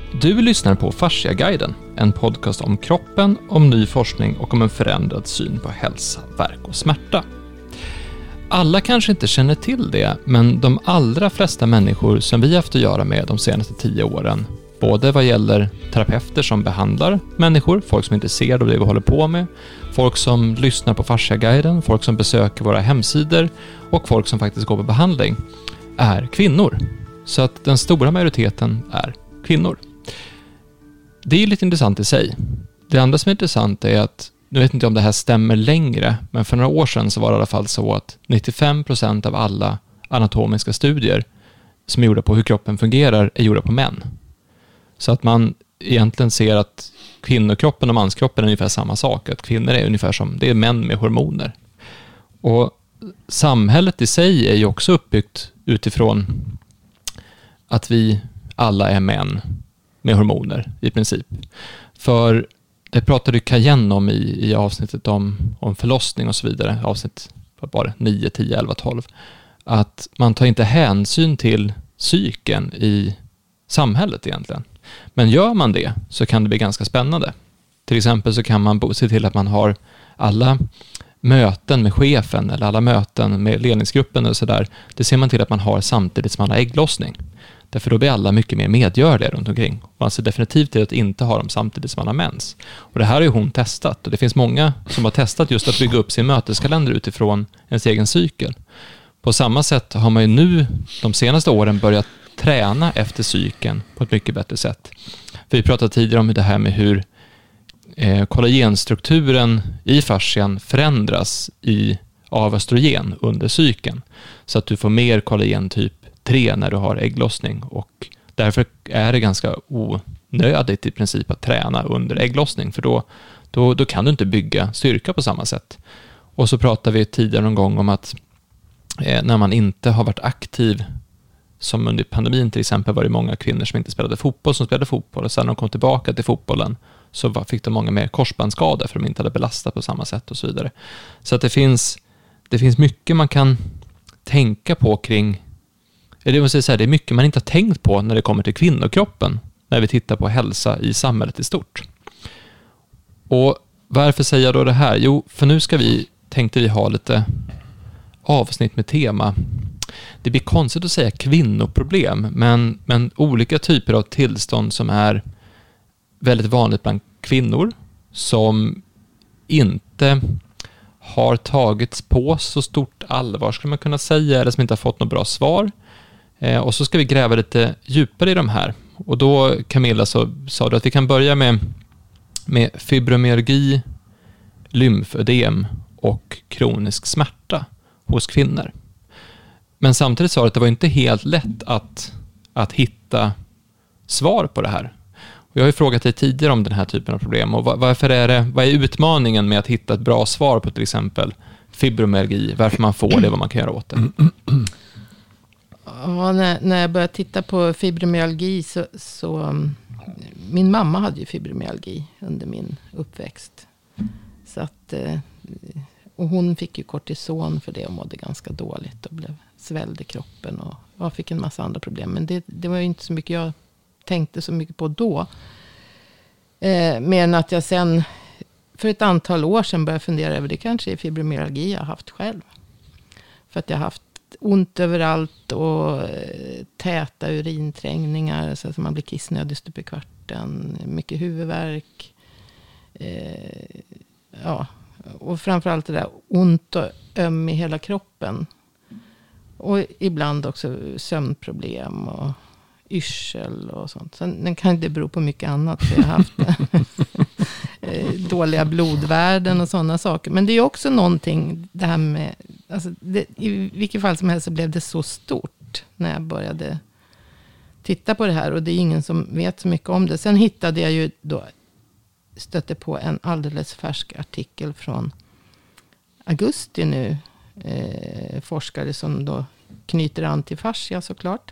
Du lyssnar på Fasciaguiden, en podcast om kroppen, om ny forskning och om en förändrad syn på hälsa, värk och smärta. Alla kanske inte känner till det, men de allra flesta människor som vi haft att göra med de senaste 10 åren, både vad gäller terapeuter som behandlar människor, folk som inte ser det vi håller på med, folk som lyssnar på Fasciaguiden, folk som besöker våra hemsidor och folk som faktiskt går på behandling, är kvinnor. Så att den stora majoriteten är kvinnor. Det är lite intressant i sig. Det andra som är intressant är att, nu vet inte om det här stämmer längre, men för några år sedan så var det i alla fall så att 95% av alla anatomiska studier som är gjorda på hur kroppen fungerar är gjorda på män. Så att man egentligen ser att kvinnokroppen och manskroppen är ungefär samma sak. Att kvinnor är ungefär som, det är män med hormoner. Och samhället i sig är ju också uppbyggt utifrån att vi alla är män med hormoner i princip. För det pratade Cayenne om i avsnittet om förlossning och så vidare. Avsnitt bara 9, 10, 11, 12. Att man tar inte hänsyn till psyken i samhället egentligen. Men gör man det så kan det bli ganska spännande. Till exempel så kan man se till att man har alla möten med chefen eller alla möten med ledningsgruppen och sådär. Det ser man till att man har samtidigt som man har ägglossning. Därför då blir alla mycket mer medgörliga runt omkring. Man ser definitivt till att inte ha dem samtidigt som man har mens. Och det här har ju hon testat. Och det finns många som har testat just att bygga upp sin möteskalender utifrån ens egen cykel. På samma sätt har man ju nu de senaste åren börjat träna efter cykeln på ett mycket bättre sätt. För vi pratade tidigare om det här med hur kollagenstrukturen i fascian förändras av östrogen under cykeln. Så att du får mer kollagen typ 3 när du har ägglossning, och därför är det ganska onödigt i princip att träna under ägglossning, för då kan du inte bygga styrka på samma sätt. Och så pratade vi tidigare någon gång om att när man inte har varit aktiv, som under pandemin till exempel, var det många kvinnor som inte spelade fotboll som spelade fotboll, och sen när de kom tillbaka till fotbollen så fick de många mer korsbandsskador för de inte hade belastat på samma sätt och så vidare. Så att det finns mycket man kan tänka på kring. Det måste säga, det är mycket man inte har tänkt på när det kommer till kvinnokroppen när vi tittar på hälsa i samhället i stort. Och varför säger jag då det här? Jo, för nu tänkte vi ha lite avsnitt med tema. Det blir konstigt att säga kvinnoproblem, men olika typer av tillstånd som är väldigt vanligt bland kvinnor som inte har tagits på så stort allvar, skulle man kunna säga, eller som inte har fått något bra svar. Och så ska vi gräva lite djupare i de här. Och då, Camilla, så sa du att vi kan börja med fibromyalgi, lymfödem och kronisk smärta hos kvinnor. Men samtidigt sa du att det var inte helt lätt att hitta svar på det här. Och jag har ju frågat dig tidigare om den här typen av problem. Och vad är utmaningen med att hitta ett bra svar på till exempel fibromyalgi? Varför man får det, vad man kan göra åt det? Ja, när jag började titta på fibromyalgi så min mamma hade ju fibromyalgi under min uppväxt. Så att, och hon fick ju kortison för det och mådde ganska dåligt och blev svälld i kroppen och jag fick en massa andra problem. Men det var ju inte så mycket jag tänkte så mycket på då. Men att jag sen för ett antal år sedan började fundera över det kanske är fibromyalgi jag har haft själv. För att jag har haft ont överallt och täta urinträngningar så att man blir kissnödig stup i kvarten, mycket huvudvärk. Ja, och framförallt det där ont och öm i hela kroppen. Och ibland också sömnproblem och yrsel och sånt. Sen kan det bero på mycket annat. För jag har haft dåliga blodvärden och sådana saker. Men det är också någonting det här med, alltså i vilket fall som helst så blev det så stort när jag började titta på det här. Och det är ingen som vet så mycket om det. Sen hittade jag ju då, stötte på en alldeles färsk artikel från augusti nu. Forskare som då knyter an till fascia såklart.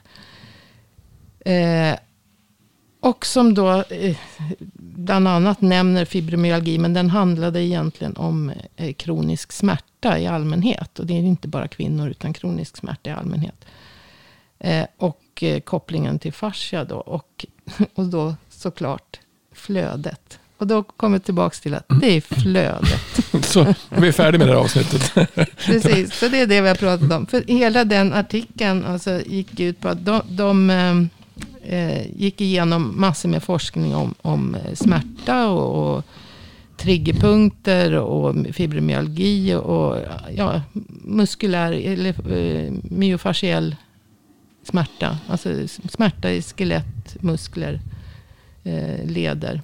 Och som då bland annat nämner fibromyalgi, men den handlade egentligen om kronisk smärta i allmänhet. Och det är inte bara kvinnor utan kronisk smärta i allmänhet. Och kopplingen till fascia då. Och då såklart flödet. Och då kommer vi tillbaka till att det är flödet. Så vi är färdiga med det här avsnittet. Precis, så det är det vi har pratat om. För hela den artikeln alltså, gick ut på att de gick igenom massor med forskning om smärta och triggerpunkter och fibromyalgi och muskulär eller myofasciell smärta. Alltså smärta i skelett, muskler, leder.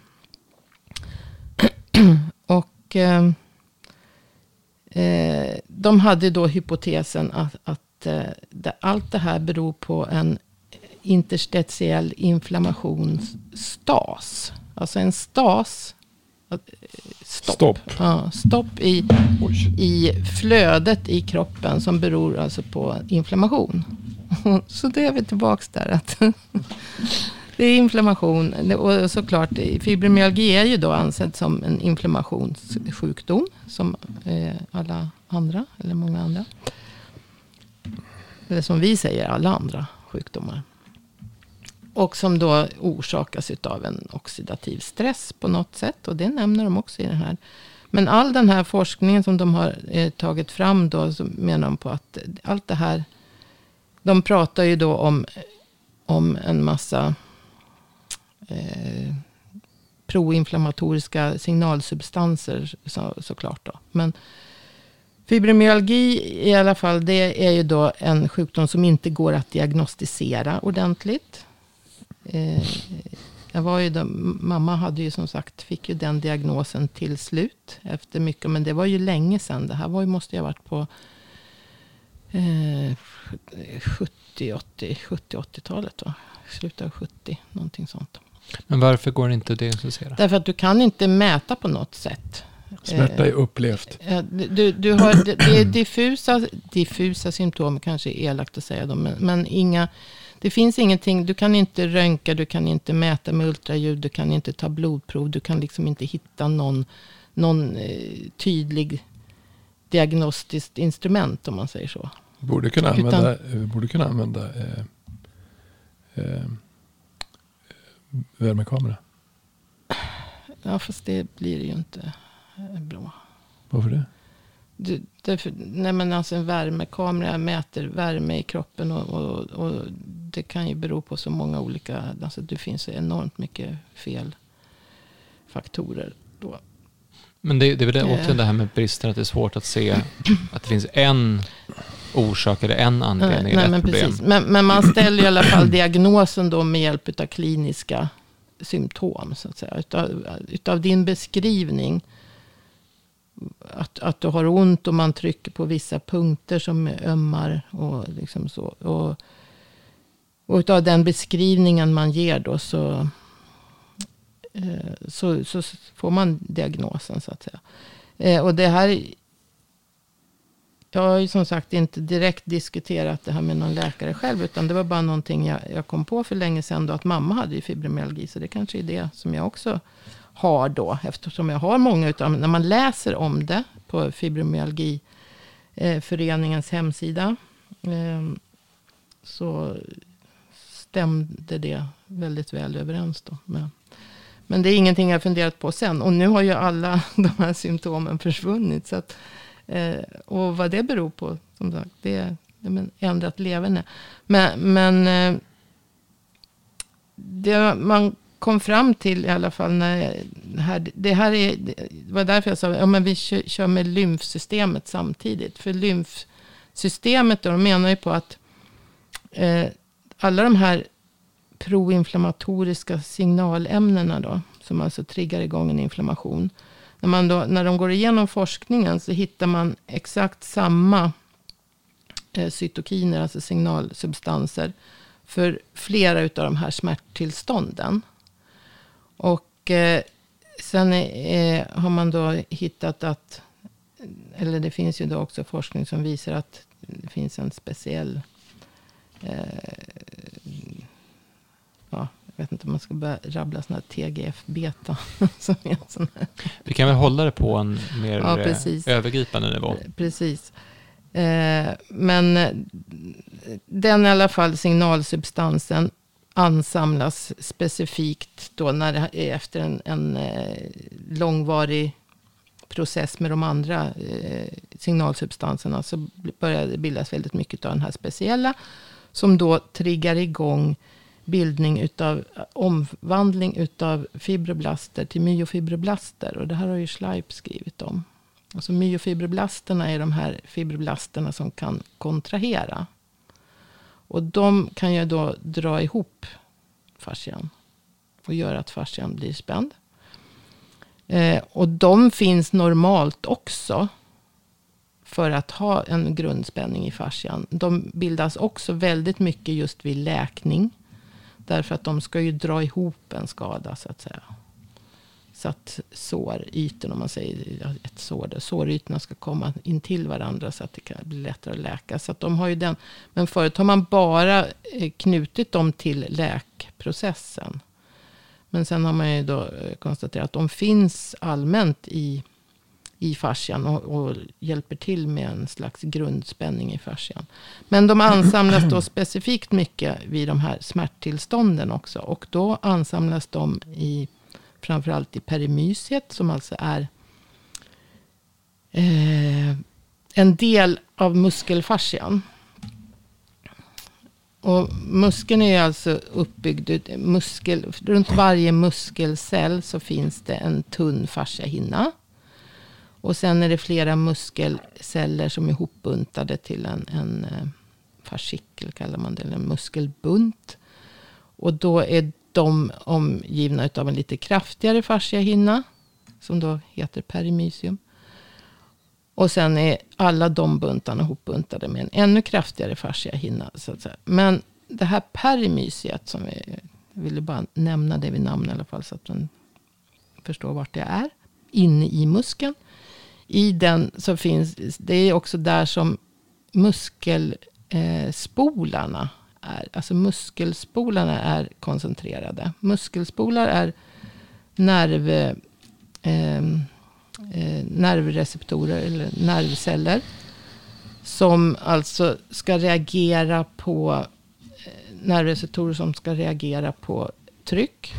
Och de hade då hypotesen att allt det här beror på en interstitiell inflammationsstas. Alltså en stas. Stopp i flödet i kroppen som beror alltså på inflammation. Så det är vi tillbaka där. Att det är inflammation. Och såklart, fibromyalgi är ju då ansedd som en inflammationssjukdom. Som alla andra, eller många andra. Eller som vi säger, alla andra sjukdomar. Och som då orsakas av en oxidativ stress på något sätt. Och det nämner de också i den här. Men all den här forskningen som de har tagit fram då, så menar de på att allt det här. De pratar ju då om en massa proinflammatoriska signalsubstanser såklart då. Men fibromyalgi i alla fall, det är ju då en sjukdom som inte går att diagnostisera ordentligt. Jag var ju då, mamma hade ju som sagt, fick ju den diagnosen till slut efter mycket, men det var ju länge sedan. Det här måste ju ha varit på 70-80-talet va? Slutet av 70, någonting sånt. Men varför går det inte att diagnostisera? Därför att du kan inte mäta på något sätt. Smärta är upplevt. Du har, det är diffusa symptom, kanske är elakt att säga dem, men inga, det finns ingenting, du kan inte röntga, du kan inte mäta med ultraljud, du kan inte ta blodprov, du kan liksom inte hitta någon tydlig diagnostiskt instrument om man säger så. Borde kunna använda värmekamera. Ja, fast det blir ju inte bra. Varför det? Nej, men alltså en värmekamera mäter värme i kroppen och det kan ju bero på så många olika, alltså det finns enormt mycket felfaktorer då. Men det är väl återigen det här med brister, att det är svårt att se att det finns en orsak eller en anledning. Nej, men problem. Precis. Men man ställer i alla fall diagnosen då med hjälp av kliniska symptom så att säga. Utav din beskrivning att du har ont och man trycker på vissa punkter som ömmar och liksom så. Och utav den beskrivningen man ger då så får man diagnosen så att säga. Och det här, jag har ju som sagt inte direkt diskuterat det här med någon läkare själv, utan det var bara någonting jag kom på för länge sedan då, att mamma hade ju fibromyalgi, så det kanske är det som jag också har då, eftersom jag har många utav dem. När man läser om det på fibromyalgiföreningens hemsida så stämde det väldigt väl överens då med. Men det är ingenting jag funderat på sen. Och nu har ju alla de här symptomen försvunnit. Så att, och vad det beror på, som sagt, det är ändrat leverne. Men det man kom fram till i alla fall när det var därför jag sa, men vi kör med lymfsystemet samtidigt. För lymfsystemet då, de menar ju på att alla de här proinflammatoriska signalämnena då, som alltså triggar igång en inflammation. När de går igenom forskningen så hittar man exakt samma cytokiner, alltså signalsubstanser, för flera utav de här smärttillstånden. Och sen har man då hittat att, eller det finns ju då också forskning som visar att det finns en speciell jag vet inte om man ska börja rabbla sådana här TGF-beta. Som är sån här. Vi kan väl hålla det på en mer övergripande nivå. Precis. Men den i alla fall signalsubstansen ansamlas specifikt då när det är efter en långvarig process med de andra signalsubstanserna, så börjar det bildas väldigt mycket av den här speciella, som då triggar igång bildning utav omvandling utav fibroblaster till myofibroblaster. Och det här har ju Schleip skrivit om. Alltså myofibroblasterna är de här fibroblasterna som kan kontrahera. Och de kan ju då dra ihop fascian och göra att fascian blir spänd. Och de finns normalt också för att ha en grundspänning i fascian. De bildas också väldigt mycket just vid läkning. Därför att de ska ju dra ihop en skada så att säga. Så att sårytor, om man säger ett sår, där sårytorna ska komma in till varandra så att det kan bli lättare att läka. Så att de har ju den. Men förut har man bara knutit dem till läkprocessen. Men sen har man ju då konstaterat att de finns allmänt i fascian och hjälper till med en slags grundspänning i fascian. Men de ansamlas då specifikt mycket vid de här smärttillstånden också. Och då ansamlas de framförallt i perimysiet, som alltså är en del av muskelfascian. Och muskeln är alltså uppbyggd runt varje muskelcell så finns det en tunn fasciahinna. Och sen är det flera muskelceller som är ihopbuntade till en fascikel, kallar man det, eller en muskelbunt. Och då är de omgivna av en lite kraftigare fasciahinna, som då heter perimysium. Och sen är alla de buntarna ihopbuntade med en ännu kraftigare fasciahinna, så att säga. Men det här perimysiet, som jag ville bara nämna det vid namn i alla fall, så att man förstår vart det är, inne i muskeln. I den så finns, det är också där som muskelspolarna är. Alltså muskelspolarna är koncentrerade. Muskelspolar är nervreceptorer eller nervceller. Som alltså ska reagera på nervreceptorer som ska reagera på tryck.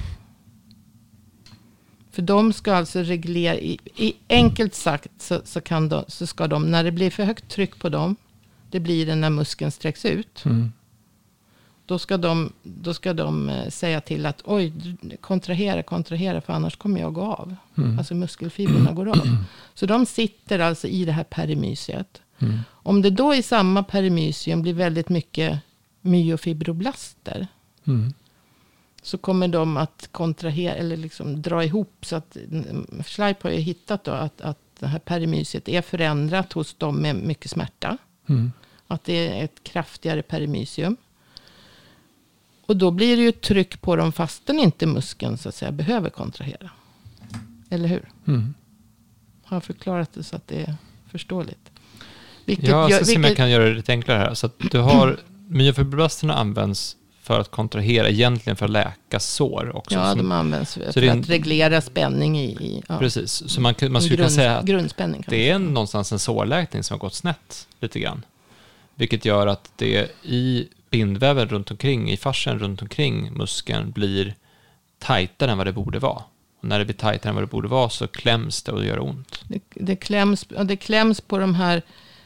För de ska alltså reglera, enkelt sagt så ska de, när det blir för högt tryck på dem, det blir det när muskeln sträcks ut. Mm. Då ska de säga till att oj, kontrahera, för annars kommer jag gå av. Mm. Alltså muskelfibrerna går av. Så de sitter alltså i det här perimysiet. Mm. Om det då i samma perimysium blir väldigt mycket myofibroblaster, så kommer de att kontrahera eller liksom dra ihop, så att Schleip har ju hittat då att det här perimysiet är förändrat hos dem med mycket smärta. Mm. Att det är ett kraftigare perimysium. Och då blir det ju tryck på dem fastän inte muskeln så att säga behöver kontrahera. Eller hur? Mm. Har jag förklarat det så att det är förståeligt? Jag ska se om jag kan göra det lite enklare här. Så att du har myofibroblasterna används för att kontrahera, egentligen för att läka sår också. Ja, de används för att reglera spänning i precis, så man skulle kunna säga att grundspänning det är någonstans en sårläkning som har gått snett lite grann. Vilket gör att det i bindväven runt omkring, i fascian runt omkring muskeln blir tajtare än vad det borde vara. Och när det blir tajtare än vad det borde vara så kläms det och gör ont. Det kläms på de här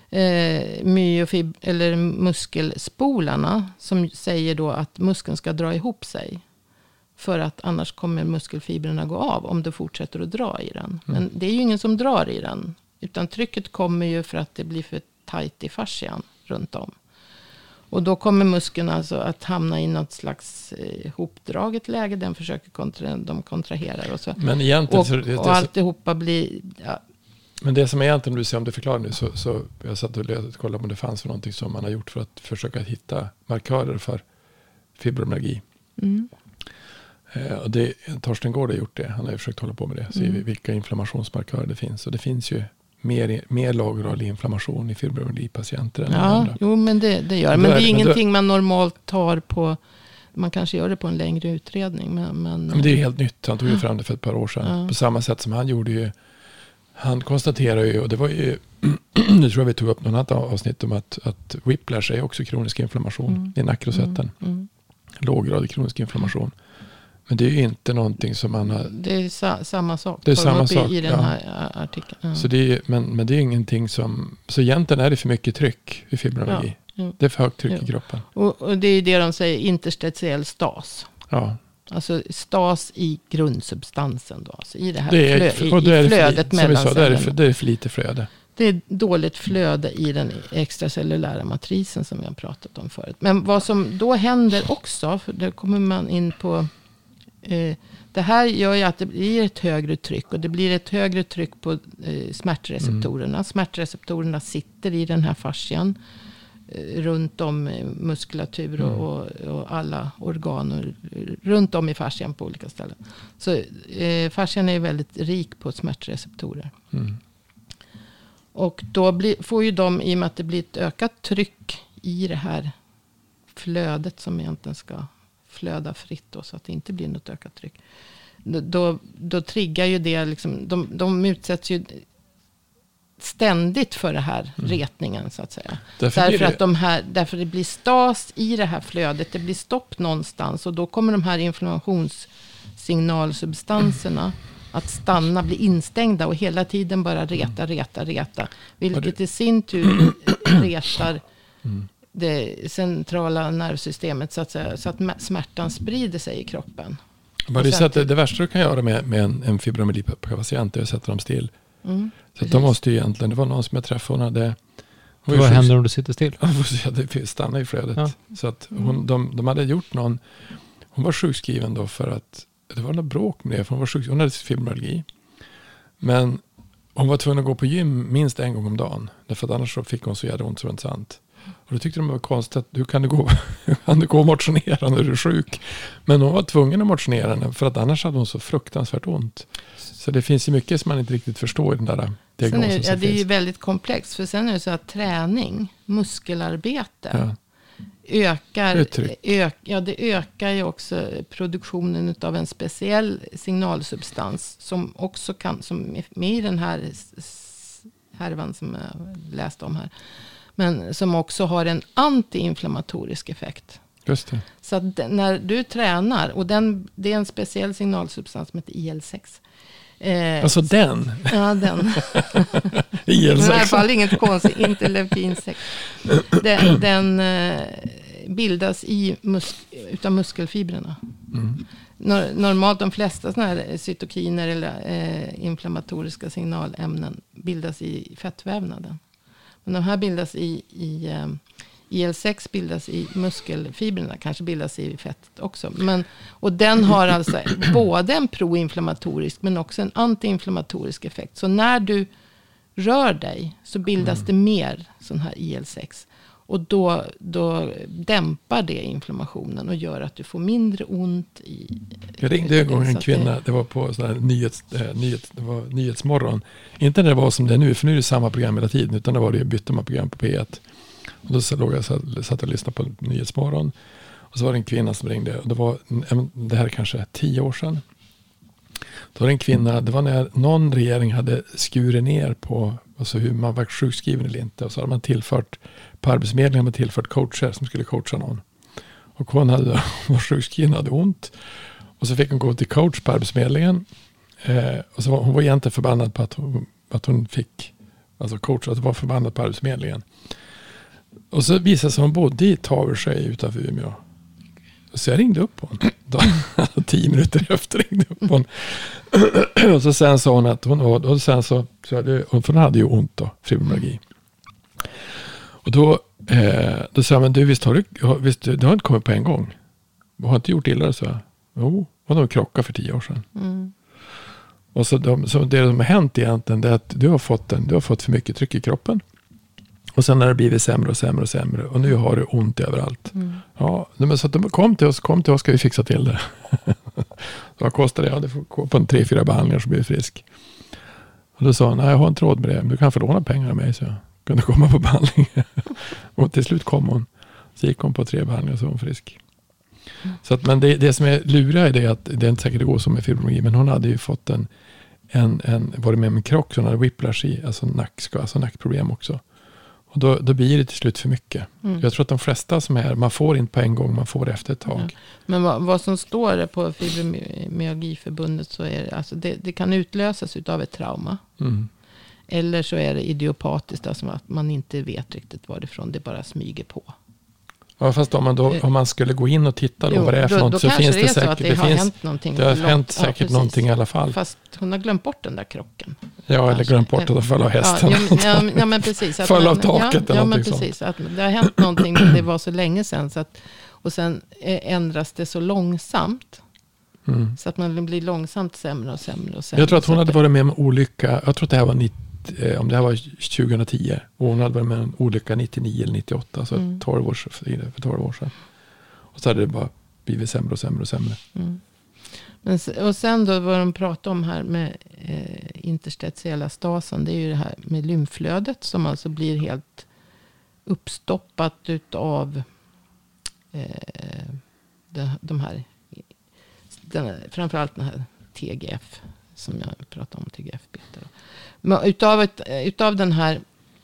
eller muskelspolarna som säger då att muskeln ska dra ihop sig. För att annars kommer muskelfibrerna gå av om du fortsätter att dra i den. Mm. Men det är ju ingen som drar i den. Utan trycket kommer ju för att det blir för tajt i fascian runt om. Och då kommer muskeln alltså att hamna i något slags hopdraget läge. Den försöker de kontraherar och så. Men egentligen och alltihopa blir... Ja. Men det som egentligen du säger, om du förklarar nu, så jag satt och kollade om det fanns för någonting som man har gjort för att försöka hitta markörer för fibromyalgi. Mm. Och Torsten Gård har gjort det. Han har ju försökt hålla på med det. Se vilka inflammationsmarkörer det finns. Och det finns ju mer låggradig inflammation i fibromyalgi-patienter än andra. Jo, men det gör det. Men det är ingenting man normalt tar på. Man kanske gör det på en längre utredning. Men det är helt nytt. Han tog ju fram det för ett par år sedan. Ja. På samma sätt som han gjorde ju. Han konstaterar ju, och det var ju, nu tror jag vi tog upp något annat avsnitt om att whiplash är också kronisk inflammation i nackrosetten. låggradig kronisk inflammation. Men det är ju inte någonting som man har... Det är samma sak. Det är samma sak i den här artikeln. Ja. Så det är, men det är ingenting som... Så egentligen är det för mycket tryck vid fibromyalgi. Ja. Det är för högt tryck i kroppen. Och det är det de säger, interstitiell stas. Ja. Alltså stas i grundsubstansen då. Alltså i det här flödet mellan cellerna. Det är för lite flöde. Det är dåligt flöde i den extracellulära matrisen som vi har pratat om förut. Men vad som då händer också, för då kommer man in på... det här gör ju att det blir ett högre tryck. Och det blir ett högre tryck på smärtreceptorerna. Smärtreceptorerna sitter i den här fascian. Runt om muskulatur och alla organ. Runt om i fascian på olika ställen. Så fascian är väldigt rik på smärtreceptorer. Och då får ju de, i och med att det blir ett ökat tryck i det här flödet som egentligen ska flöda fritt då, så att det inte blir något ökat tryck. Då triggar ju det liksom, de utsätts ju ständigt för det här retningen så att säga. Därför det blir stas i det här flödet, det blir stopp någonstans och då kommer de här inflammationssignalsubstanserna att stanna, bli instängda och hela tiden bara reta. Vilket i sin tur retar det centrala nervsystemet så att säga, så att smärtan sprider sig i kroppen. Det värsta du kan göra med en fibromyalgi-patient är att sätta dem still. Så de måste ju egentligen, det var någon som jag träffade, vad händer om du sitter still? Det stannar i flödet. Ja. Så att de hade gjort hon var sjukskriven då för att det var något bråk med det, för hon hade fibromyalgi. Men hon var tvungen att gå på gym minst en gång om dagen. Därför att annars så fick hon så jävla ont så det var inte sant. Och då tyckte de var konstigt att hur kan du gå och motionera när du är sjuk? Men hon var tvungen att motionera för att annars hade hon så fruktansvärt ont. Så det finns ju mycket som man inte riktigt förstår i den där diagnosen som det är ju väldigt komplext. För sen är det så att träning, muskelarbete det ökar ju också produktionen av en speciell signalsubstans som också som är med i den här härvan som jag läste om här. Men som också har en antiinflammatorisk effekt. Just det. Så att när du tränar, och det är en speciell signalsubstans som heter IL-6. Alltså den? Ja, den. IL-6. I alla fall inget konstigt, inte leukin 6. Den bildas utav muskelfibrerna. Normalt de flesta såna här cytokiner eller inflammatoriska signalämnen bildas i fettvävnaden. Men de här bildas IL-6 bildas i muskelfibrerna, kanske bildas i fettet också. Och den har alltså både en proinflammatorisk men också en antiinflammatorisk effekt. Så när du rör dig så bildas det mer sån här IL-6. Och då dämpar det inflammationen och gör att du får mindre ont i... Jag ringde en gång en kvinna, det var på sån här nyhetsmorgon. Inte när det var som det är nu, för nu är det samma program hela tiden, utan det var det bytte man program på P1. Och då låg jag satt och lyssnade på nyhetsmorgon. Och så var det en kvinna som ringde. Och det här kanske 10 år sedan. Då var det en kvinna, det var när någon regering hade skurit ner på alltså hur man var sjukskriven eller inte. Och så hade man på Arbetsförmedlingen hade man tillfört coacher som skulle coacha någon. Och hon var sjukskriven, hade ont. Och så fick hon gå till coach på Arbetsförmedlingen. Och så hon var egentligen förbannad på att hon fick alltså coach, att var förbannad på Arbetsförmedlingen. Och så visade sig hon bodde i Taversjö utanför Umeå. Så jag ringde upp hon. 10 minuter efter ringde upp hon. Och så sen sa hon att hon hade ju ont då, fibromyalgi. Och då sa jag, men du visst du har inte kommit på en gång. Du har inte gjort illa, så jag. Jo, hon har krockat för 10 år sedan. Och så det som har hänt egentligen är att du har fått för mycket tryck i kroppen. Och sen har det blivit sämre och sämre och sämre. Och nu har du ont överallt. Ja, men så att kom till oss ska vi fixa till det. Så vad kostar det? Ja, det får gå på 3-4 behandlingar så blir du frisk. Och då sa han, nej jag har inte råd med det. Men du kan få låna pengar av mig, så jag kunde komma på behandling. Och till slut kom hon. Så gick hon på 3 behandlingar så var hon frisk. Så att, men det som är luriga är det att det är inte säkert det går som med fibromyalgi. Men hon hade ju fått varit med en krock. Så hon hade whiplash i, alltså nackproblem också. Och då blir det till slut för mycket. Jag tror att de flesta som är, man får inte på en gång, man får efter ett tag. Ja. Men vad som står på Fibromyalgiförbundet så är det, alltså det kan utlösas utav ett trauma. Eller så är det idiopatiskt, alltså att man inte vet riktigt varifrån det bara smyger på. Ja, fast om man skulle gå in och titta då vad det är för något, så finns det säkert, att det har hänt någonting. Det har hänt säkert någonting i alla fall. Fast hon har glömt bort den där krocken. Ja, eller glömt bort att falla av hästen. Ja, men precis. Falla av taket eller men precis. Att det har hänt någonting, men det var så länge sedan. Så att, och sen ändras det så långsamt. Så att man blir långsamt sämre och sämre och sämre. Jag tror att hon hade varit med om en olycka. Jag tror att det här var om det här var 2010. Och hon hade varit med om en olycka 99 eller 98. Så 12 år sedan. Och så hade det bara blivit sämre och sämre och sämre. Och sen då vad de pratar om här med interstitiella stasen. Det är ju det här med lymflödet. Som alltså blir helt uppstoppat utav de här. Framförallt den här TGF. Som jag pratar om, TGF-beta. Men utav den här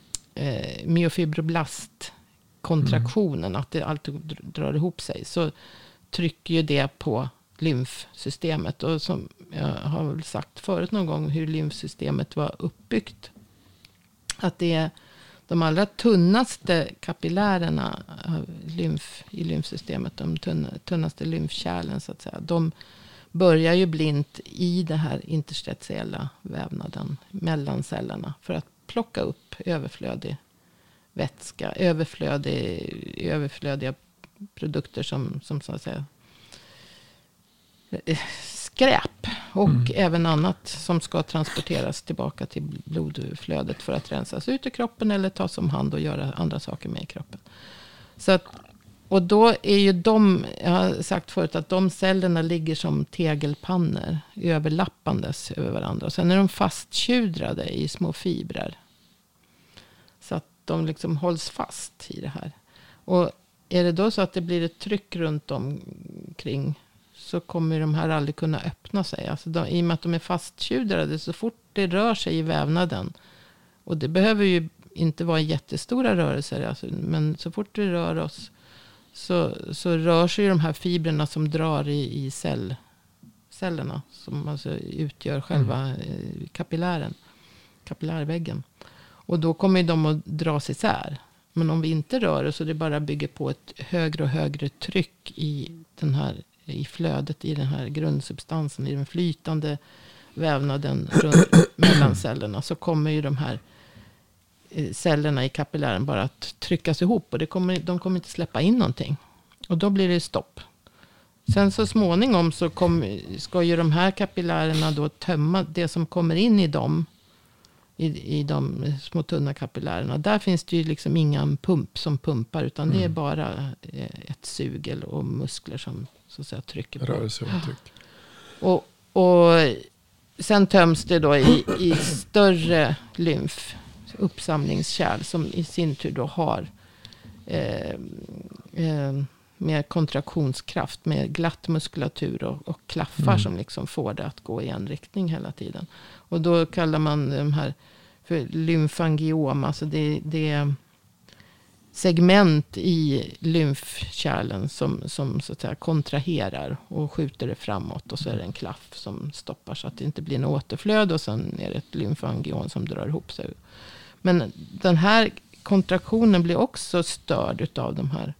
myofibroblastkontraktionen. Att det alltid drar ihop sig. Så trycker ju det på lymfsystemet. Och som jag har väl sagt förut någon gång hur lymfsystemet var uppbyggt. Att det är de allra tunnaste kapillärerna i lymfsystemet. De tunnaste lymfkärlen så att säga. De börjar ju blint i det här interstitiella vävnaden mellan cellerna. För att plocka upp överflödig vätska. Överflödiga produkter som så att säga skräp och även annat som ska transporteras tillbaka till blodflödet för att rensas ut i kroppen eller tas om hand och göra andra saker med i kroppen. Så att, och då är ju jag har sagt förut att de cellerna ligger som tegelpannor överlappandes över varandra och sen är de fasttjudrade i små fibrer så att de liksom hålls fast i det här. Och är det då så att det blir ett tryck runt omkring så kommer de här aldrig kunna öppna sig. Alltså i och med att de är fasttjudrade så fort det rör sig i vävnaden. Och det behöver ju inte vara jättestora rörelser. Alltså, men så fort det rör oss så rör sig de här fibrerna som drar i cellerna. Som alltså utgör själva kapillärväggen. Och då kommer de att dras isär. Men om vi inte rör oss så det bara bygger på ett högre och högre tryck i flödet i den här grundsubstansen, i den flytande vävnaden runt mellan cellerna, så kommer ju de här cellerna i kapillären bara att tryckas ihop och de kommer inte släppa in någonting. Och då blir det stopp. Sen så småningom så ska ju de här kapillärerna då tömma det som kommer in i dem, i de små tunna kapillärerna. Där finns det ju liksom ingen pump som pumpar, utan det är bara ett sugel och muskler som så att säga trycker på. Rörelse och tryck. Och sen töms det då i större lymfuppsamlingskärl som i sin tur då har med kontraktionskraft, med glatt muskulatur och klaffar som liksom får det att gå i en riktning hela tiden. Och då kallar man de här för lymfangiom, alltså det är segment i lymfkärlen som så att säga kontraherar och skjuter det framåt och så är det en klaff som stoppar så att det inte blir en återflöde och sen är det ett lymfangiom som drar ihop sig. Men den här kontraktionen blir också störd utav de här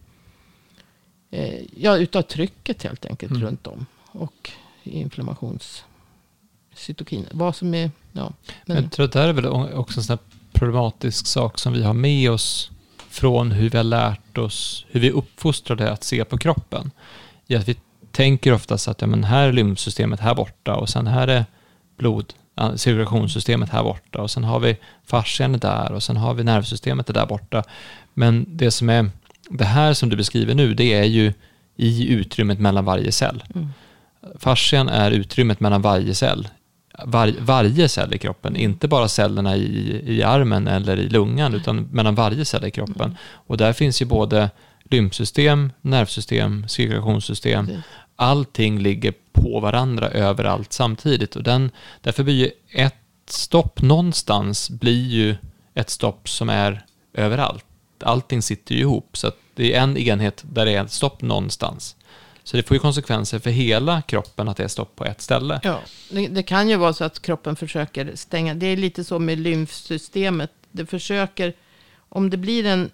utav trycket helt enkelt runt om och inflammationscytokiner. Vad som är, men jag tror att det här är väl också en sån här problematisk sak som vi har med oss från hur vi har lärt oss, hur vi är uppfostrade att se på kroppen. I att vi tänker oftast att här är lymfsystemet här borta och sen här är cirkulationssystemet här borta och sen har vi fascian där och sen har vi nervsystemet där borta. Men det som är det här som du beskriver nu, det är ju i utrymmet mellan varje cell. Fascian är utrymmet mellan varje cell. Varje cell i kroppen, inte bara cellerna i armen eller i lungan, utan mellan varje cell i kroppen. Och där finns ju både lymfsystem, nervsystem, cirkulationssystem. Allting ligger på varandra överallt samtidigt. Och därför blir ju ett stopp någonstans blir ju ett stopp som är överallt. Allting sitter ju ihop, så att det är en enhet där det är stopp någonstans. Så det får ju konsekvenser för hela kroppen att det är stopp på ett ställe. Ja, det kan ju vara så att kroppen försöker stänga. Det är lite så med lymfsystemet. Det försöker, om det blir en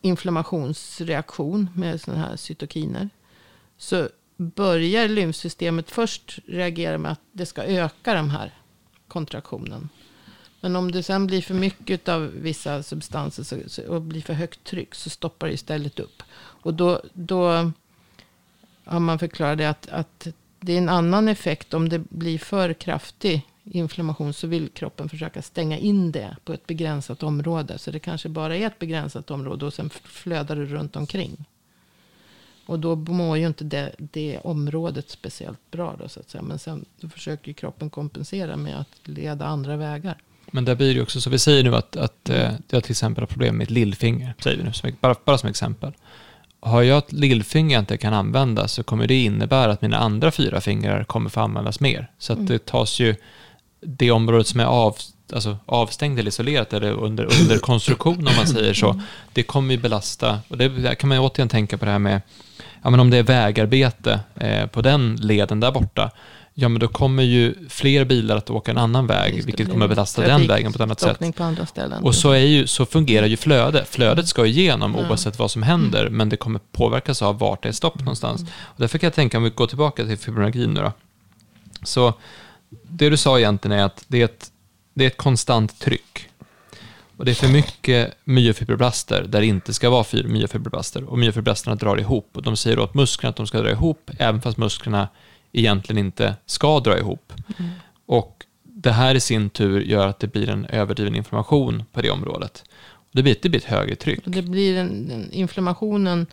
inflammationsreaktion med sådana här cytokiner, så börjar lymfsystemet först reagera med att det ska öka den här kontraktionen. Men om det sen blir för mycket av vissa substanser och blir för högt tryck, så stoppar det istället upp. Och då har man förklarat det att det är en annan effekt. Om det blir för kraftig inflammation, så vill kroppen försöka stänga in det på ett begränsat område. Så det kanske bara är ett begränsat område och sen flödar det runt omkring. Och då mår ju inte det området speciellt bra då, så att säga. Men sen då försöker ju kroppen kompensera med att leda andra vägar. Men där blir det också, så vi säger nu att jag till exempel har problem med ett lillfinger, säger vi nu, bara som exempel. Har jag ett lillfinger jag inte kan använda, så kommer det innebära att mina andra 4 fingrar kommer få användas mer. Så att det tas ju det området som är avstängt eller isolerat eller under konstruktion, om man säger så. Det kommer ju belasta, och det kan man ju återigen tänka på det här med, ja, men om det är vägarbete på den leden där borta, ja, men då kommer ju fler bilar att åka en annan väg, vilket kommer belasta den vägen på ett annat sätt. På andra ställen. Och så fungerar ju flödet. Flödet ska igenom oavsett vad som händer, men det kommer påverkas av vart det är stopp någonstans. Och därför kan jag tänka, om vi går tillbaka till fibromyalgi nu då. Så det du sa egentligen är att det är ett konstant tryck. Och det är för mycket myofibroblaster där det inte ska vara myofibroblaster. Och myofibroblasterna drar ihop. Och de säger då att musklerna att de ska dra ihop, även fast musklerna egentligen inte ska dra ihop. Och det här i sin tur gör att det blir en överdriven inflammation på det området. Och det blir ett högre tryck. Det blir inflammationen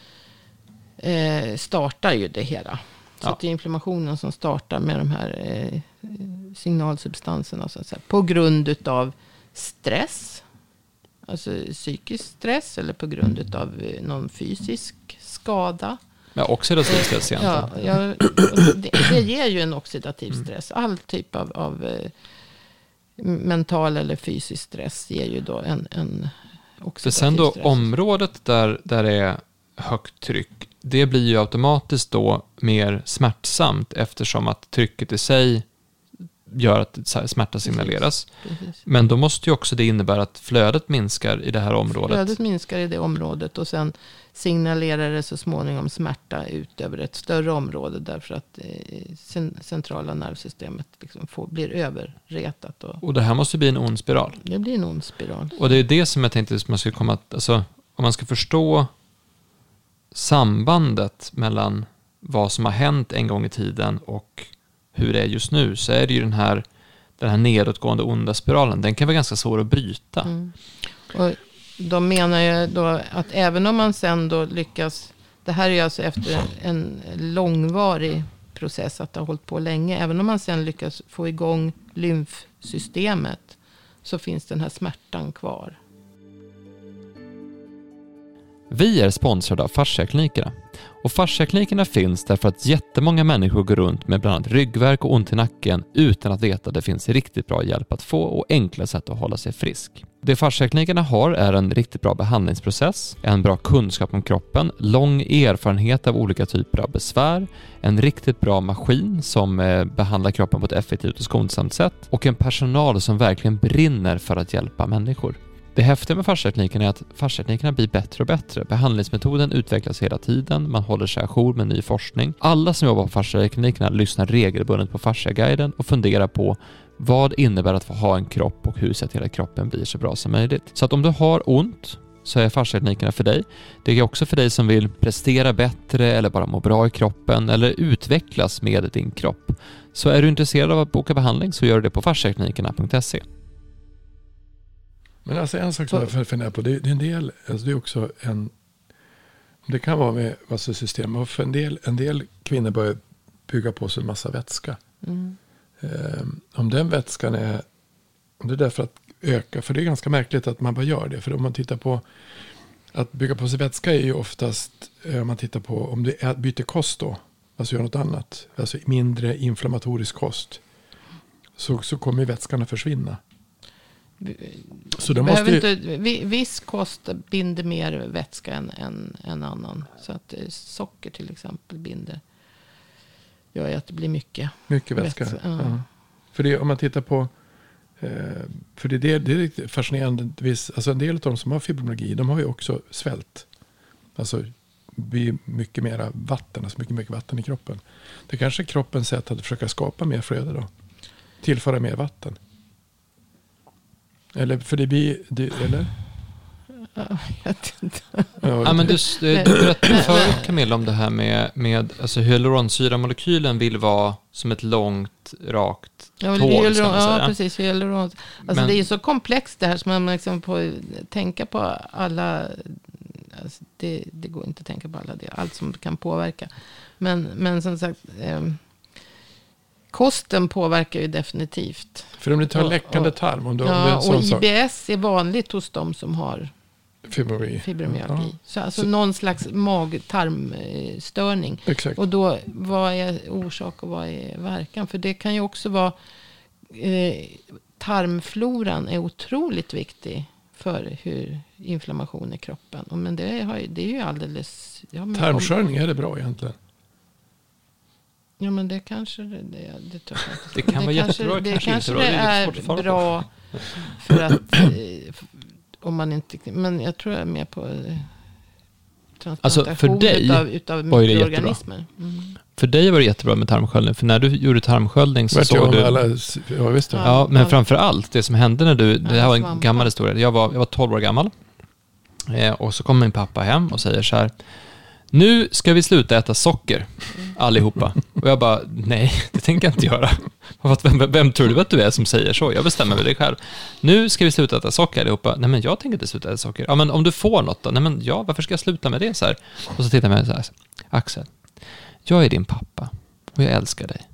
startar ju det hela. Så det är inflammationen som startar med de här signalsubstanserna, så att säga, på grund av stress, alltså psykisk stress, eller på grund av någon fysisk skada. Ja, oxidativ stress egentligen. Ja, det ger ju en oxidativ stress. All typ av mental eller fysisk stress ger ju då en oxidativ för sen då stress. Området där det är högt tryck, det blir ju automatiskt då mer smärtsamt, eftersom att trycket i sig gör att smärta signaleras. Precis. Men då måste ju också det innebära att flödet minskar i det här området. Flödet minskar i det området, och sen signalerar det så småningom smärta ut över ett större område, därför att centrala nervsystemet liksom blir överretat. Och det här måste bli en ond spiral. Det blir en ond spiral. Och det är det som jag tänkte att man skulle komma att, alltså, om man ska förstå sambandet mellan vad som har hänt en gång i tiden och hur det är just nu, så är det ju den här nedåtgående onda spiralen. Den kan vara ganska svår att bryta. Och de menar ju då att även om man sen då lyckas, det här är ju alltså efter en långvarig process, att det har hållit på länge, även om man sen lyckas få igång lymfsystemet, så finns den här smärtan kvar. Vi är sponsrade av Fasciaklinikerna. Och Fasciaklinikerna finns därför att jättemånga människor går runt med bland annat ryggvärk och ont i nacken utan att veta att det finns riktigt bra hjälp att få och enkla sätt att hålla sig frisk. Det Fasciaklinikerna har är en riktigt bra behandlingsprocess, en bra kunskap om kroppen, lång erfarenhet av olika typer av besvär, en riktigt bra maskin som behandlar kroppen på ett effektivt och skonsamt sätt och en personal som verkligen brinner för att hjälpa människor. Det häftiga med fasciaklinikerna är att fasciaklinikerna blir bättre och bättre. Behandlingsmetoden utvecklas hela tiden, man håller sig ajour med ny forskning. Alla som jobbar på fasciaklinikerna lyssnar regelbundet på Fasciaguiden och funderar på vad det innebär att få ha en kropp och hur ser till att kroppen blir så bra som möjligt. Så att om du har ont så är fasciaklinikerna för dig. Det är också för dig som vill prestera bättre eller bara må bra i kroppen eller utvecklas med din kropp. Så är du intresserad av att boka behandling så gör du det på fasciaklinikerna.se. Men alltså en sak som jag funderar på, det är en del, alltså det är också det kan vara med vassosystem, och för en del kvinnor börjar bygga på sig en massa vätska. Om den vätskan om det är därför att öka, för det är ganska märkligt att man bara gör det, för om man tittar på att bygga på sig vätska är ju oftast, om man tittar på om du byter kost då, alltså gör något annat, alltså mindre inflammatorisk kost, så kommer vätskan att försvinna. Så det måste inte, viss kost binder mer vätska än annan. Så att socker till exempel gör att det blir mycket vätska. Ja. För det, om man tittar på, för det är riktigt fascinerande. Alltså en del av de som har fibromyalgi, de har ju också svält. Alltså blir mycket mer vatten, alltså mycket vatten i kroppen. Det kanske är kroppens sätt att försöka skapa mer flöde då. Tillföra mer vatten. Eller för det blir, eller? Jag vet inte. Ja, men du berättade förut, Camilla, om det här med alltså hyaluronsyramolekylen vill vara som ett långt, rakt tåg. Ja, precis. Hyaluron. Alltså det är ju så komplext det här som man liksom får tänka på alla. Alltså det går inte att tänka på allt som kan påverka. Men som sagt, kosten påverkar ju definitivt. För om du tar läckande tarm. Om och IBS är vanligt hos de som har fibromyalgi. Ja. Så alltså någon slags mag-tarmstörning. Exakt. Och då, vad är orsak och vad är verkan? För det kan ju också vara tarmfloran är otroligt viktig för hur inflammation i kroppen. Men det är ju alldeles... Tarmskörning, är det bra egentligen? Ja, men det kanske det tror jag inte. Det kan vara jättebra, det kanske inte är bra för att om man inte... Men jag tror jag är mer på transplantation alltså för dig utav mikroorganismer. För dig var det jättebra med tarmsköljning. För när du gjorde tarmsköljning så såg du... Ja, men framför allt det som hände när du... Det här var en gammal historia. Jag var 12 år gammal. Och så kom min pappa hem och säger så här: nu ska vi sluta äta socker, allihopa. Och jag bara, nej, det tänker jag inte göra. Vem tror du att du är som säger så? Jag bestämmer väl det själv. Nu ska vi sluta äta socker, allihopa. Nej, men jag tänker inte sluta äta socker. Ja, men om du får något då? Nej, men ja, varför ska jag sluta med det så här? Och så tittar jag med så här: Axel, jag är din pappa och jag älskar dig.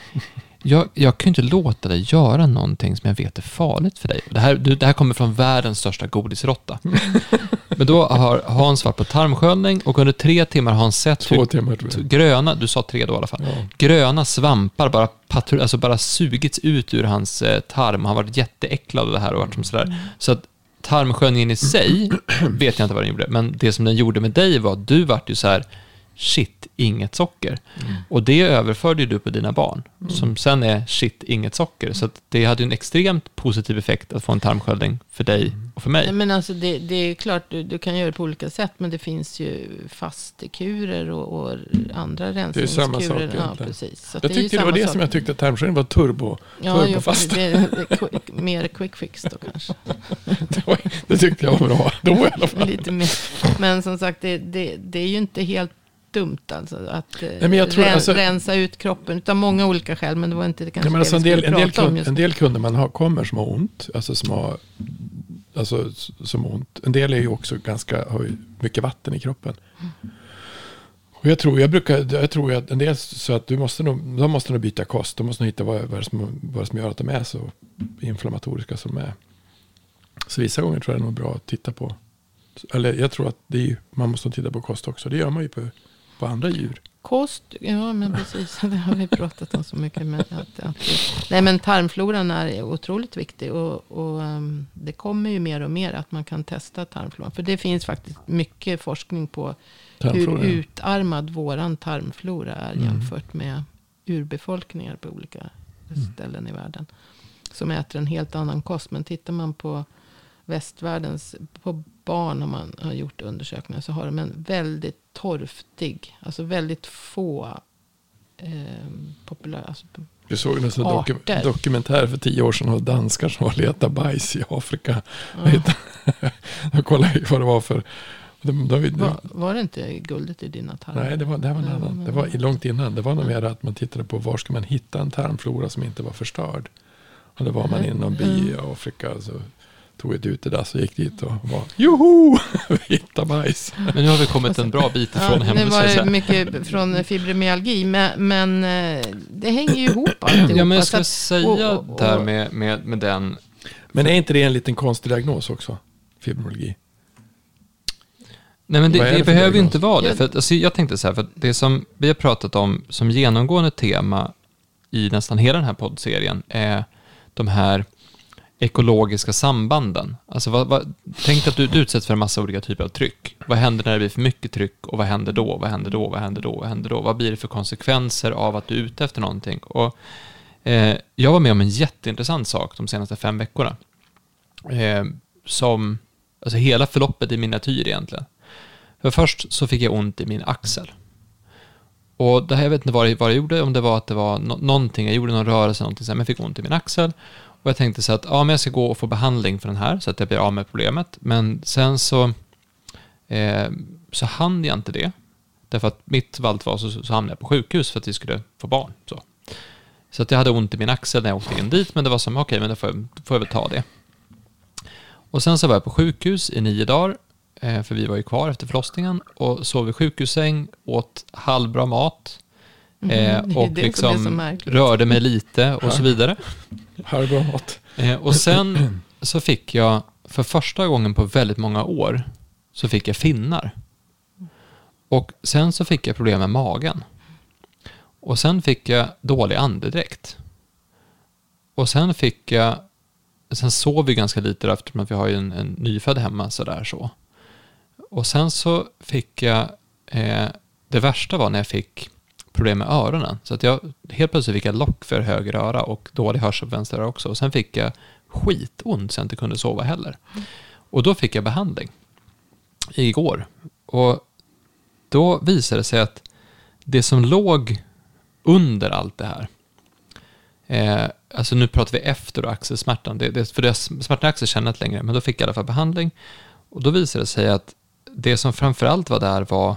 Jag kan ju inte låta dig göra någonting som jag vet är farligt för dig. Det här kommer från världens största godisrotta. Men då har Hans varit på tarmsköljning och under 3 timmar har han sett 2 timmar, tror jag. Gröna, du sa 3 då i alla fall. Ja. Gröna svampar bara sugits ut ur hans tarm. Han har varit jätteäcklad av det här och varit som sådär. Så att tarmsköljningen i sig vet jag inte vad den gjorde. Men det som den gjorde med dig var att du vart ju så här: shit, inget socker. Och det överförde du på dina barn. Som sen är shit, inget socker. Så att det hade en extremt positiv effekt att få en tarmsköljning för dig och för mig. Nej, men alltså det är klart, du kan göra det på olika sätt. Men det finns ju fastekurer och andra rensningskurer. Det är samma sak egentligen. Ja, precis. Så jag tyckte det var det som jag tyckte att tarmsköljning var turbofast. Det är mer quick fix då kanske. det tyckte jag var bra. Då i alla fall. Lite mer. Men som sagt, det är ju inte helt dumt alltså att rensa ut kroppen utan många olika skäl, men det var inte det kanske alltså en del kunder man har kommer som har ont, alltså som ont. En del är ju också har ju mycket vatten i kroppen. Och jag tror att en del så att de måste nog byta kost. De måste nog hitta vad som gör att de är så inflammatoriska som de är. Så vissa gånger tror jag det är nog bra att titta på. Eller jag tror att man måste titta på kost också. Det gör man ju på andra djur. Kost, ja men precis. Det har vi pratat om så mycket. Nej, men tarmfloran är otroligt viktig. Och det kommer ju mer och mer att man kan testa tarmfloran. För det finns faktiskt mycket forskning på hur utarmad våran tarmflora är jämfört med urbefolkningar på olika ställen i världen. Som äter en helt annan kost. Men tittar man på västvärldens, på barn, om man har gjort undersökningar, så har de en väldigt torftig, alltså väldigt få populära Jag såg en dokumentär för 10 år sedan av danskar som var leta bajs i Afrika. Jag kollade vad det var för... Var det inte guldet i dina tarmar? Nej, det var en annan. Det var långt innan. Det var nog mer att man tittade på var ska man hitta en tarmflora som inte var förstörd. Och då var man i någon by i Afrika, så tog ett utedass och gick dit och var joho! Hitta bajs. Men nu har vi kommit en bra bit ifrån hemmet. Nu var det mycket från fibromyalgi, men det hänger ju ihop alltihop. Ja, men jag ska säga där med den... Men är inte det en liten konstig diagnos också? Fibromyalgi? Nej, men det behöver ju inte vara det. För att, alltså, jag tänkte så här, för det som vi har pratat om som genomgående tema i nästan hela den här poddserien är de här ekologiska sambanden. Alltså tänk att du utsätts för en massa olika typer av tryck. Vad händer när det blir för mycket tryck och vad händer då? Vad händer då? Vad händer då? Vad händer då? Vad blir det för konsekvenser av att du är ute efter någonting? Och jag var med om en jätteintressant sak de senaste 5 veckorna. Som, alltså hela förloppet i miniatyr egentligen. För först så fick jag ont i min axel. Och det här, jag vet inte vad jag gjorde, om det var att det var någonting, jag gjorde någon rörelse, någonting så här, men jag fick ont i min axel. Och jag tänkte så att men jag ska gå och få behandling för den här så att jag blir av med problemet. Men sen så hann jag inte det. Därför att mitt valt var så hamnade jag på sjukhus för att vi skulle få barn. Så att jag hade ont i min axel när jag åkte in dit, men det var som okej, men då får jag väl ta det. Och sen så var jag på sjukhus i 9 dagar, för vi var ju kvar efter förlossningen, och sov i sjukhussäng, åt halvbra mat och liksom rörde mig lite och så vidare. Halvbra mat. Och sen så fick jag för första gången på väldigt många år så fick jag finnar. Och sen så fick jag problem med magen. Och sen fick jag dålig andedräkt. Och sen sov vi ganska lite eftersom att vi har ju en nyfödd hemma sådär så. Och sen så fick jag, det värsta var när jag fick problem med öronen. Så att jag helt plötsligt fick jag lock för höger öra och dålig hörsel på vänster öra också. Och sen fick jag skitont så jag inte kunde sova heller. Och då fick jag behandling igår. Och då visade det sig att det som låg under allt det här, alltså nu pratar vi efter axelsmärtan, för smärtan i axeln känner jag inte längre, men då fick jag i alla fall behandling. Och då visade det sig att det som framförallt var där var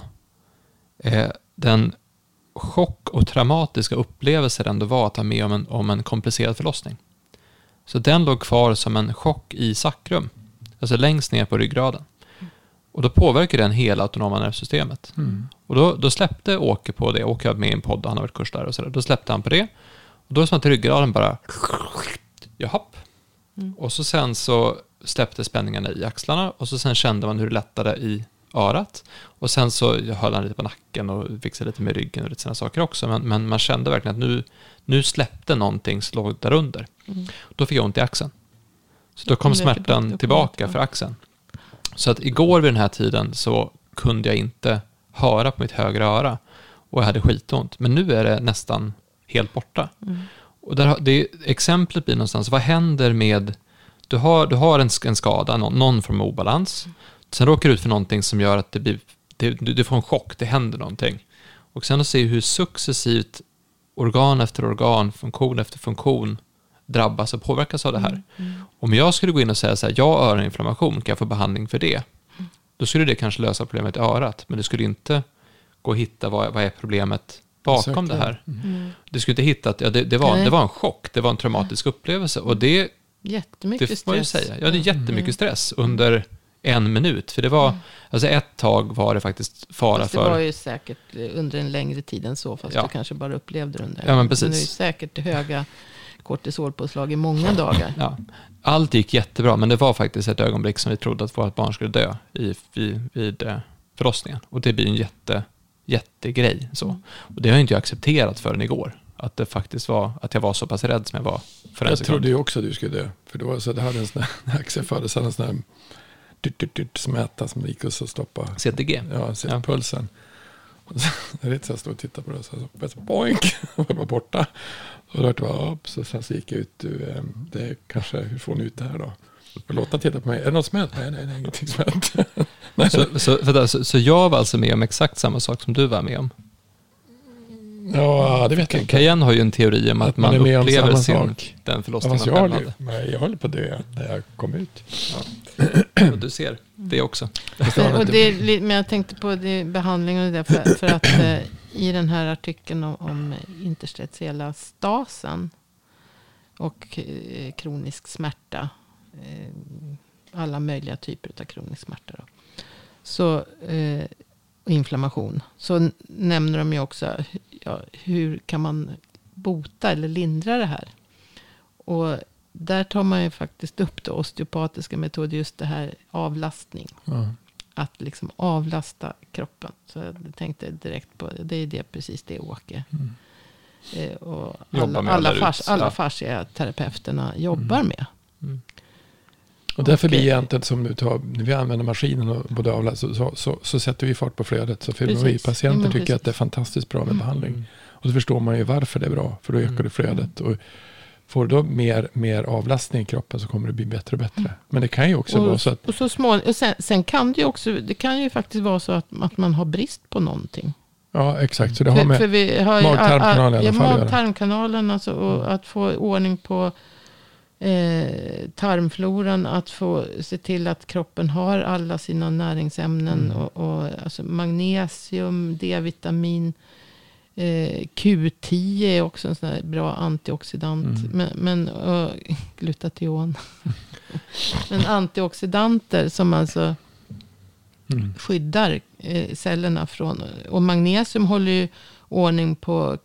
den chock och traumatiska upplevelser ändå var att ha med om en komplicerad förlossning. Så den låg kvar som en chock i sakrum, alltså längst ner på ryggraden. Och då påverkar den hela autonoma nervsystemet. Och då släppte Åke på det. Åke hade med i en podd, han har varit kurs där och sådär. Då släppte han på det. Och då är det som att ryggraden bara jahopp. Och så sen så släppte spänningarna i axlarna. Och så sen kände man hur det lättade i örat. Och sen så höll han lite på nacken och fixade lite med ryggen och lite sådana saker också. Men man kände verkligen att nu släppte någonting som låg där under. Då fick jag ont i axeln. Så då kom smärtan tillbaka för axeln. Så att igår vid den här tiden så kunde jag inte höra på mitt högra öra. Och jag hade skitont. Men nu är det nästan helt borta. Och exemplet blir någonstans, vad händer med, du har en skada, någon form av obalans. Sen råkar du ut för någonting som gör att du får en chock, det händer någonting. Och sen att se hur successivt organ efter organ, funktion efter funktion drabbas och påverkas av det här. Om jag skulle gå in och säga så här, jag har öroninflammation, kan jag få behandling för det? Då skulle det kanske lösa problemet i örat, men det skulle inte gå att hitta vad är problemet bakom det här. Du skulle inte hitta att det var en chock, det var en traumatisk upplevelse, och det får man ju säga. Ja, det är jättemycket stress under 1 minut, för det var alltså ett tag var det faktiskt fara för. Det var ju säkert under en längre tid än så, fast du kanske bara upplevde det under. Ja, men precis. Det är ju säkert höga kortisolpåslag i många dagar. Ja. Allt gick jättebra, men det var faktiskt ett ögonblick som vi trodde att vårt barn skulle dö vid förlossningen. Och det blir en jättegrej. Så. Och det har jag inte accepterat förrän igår. Att det faktiskt var, att jag var så pass rädd som jag var för en sekund. Jag trodde ju också att du skulle dö. För det var så att det hade en sån här axelfödelse, så hade en sån här smäta som gick och så stoppa. CTG? Ja, pulsen. Och så, jag vet, så jag stod och tittade på det och så boink, och det var borta. Och då var upp, så sen så gick jag ut, det kanske, hur får ni ut det här då? Och låt titta på mig, är det något smält? Nej, ingenting smält. Så jag var alltså med om exakt samma sak som du var med om? Ja, det vet jag inte. Cayenne har ju en teori om att man upplever den förlossningen man hade. Jag höll på det när jag kom ut. Ja. Och du ser det också. Men jag tänkte på behandling och det där för att i den här artikeln om interstitiella stasen och kronisk smärta, alla möjliga typer av kronisk smärta då. Så och inflammation, så nämner de ju också hur kan man bota eller lindra det här. Och där tar man ju faktiskt upp det osteopatiska metoder, just det här avlastning. Att liksom avlasta kroppen. Så jag tänkte direkt på det är precis det Åke. Och alla fasciaterapeuterna jobbar med. Och därför blir egentligen som när vi använder maskinen och både avlasta så sätter vi fart på flödet. Så fibromyalgi-patienter tycker att det är fantastiskt bra med behandling. Och då förstår man ju varför det är bra. För då ökar det flödet. Och får då mer avlastning i kroppen så kommer det bli bättre och bättre. Men det kan ju också vara så att... Och sen kan det ju också... Det kan ju faktiskt vara så att man har brist på någonting. Ja, exakt. Så det har med mag-tarmkanalen i alla fall. Mag-tarmkanalen, alltså, och att få ordning på tarmfloran, att få se till att kroppen har alla sina näringsämnen och alltså magnesium, D-vitamin, Q10 är också en sån här bra antioxidant, men glutation. Men antioxidanter som alltså skyddar cellerna från, och magnesium håller ju ordning på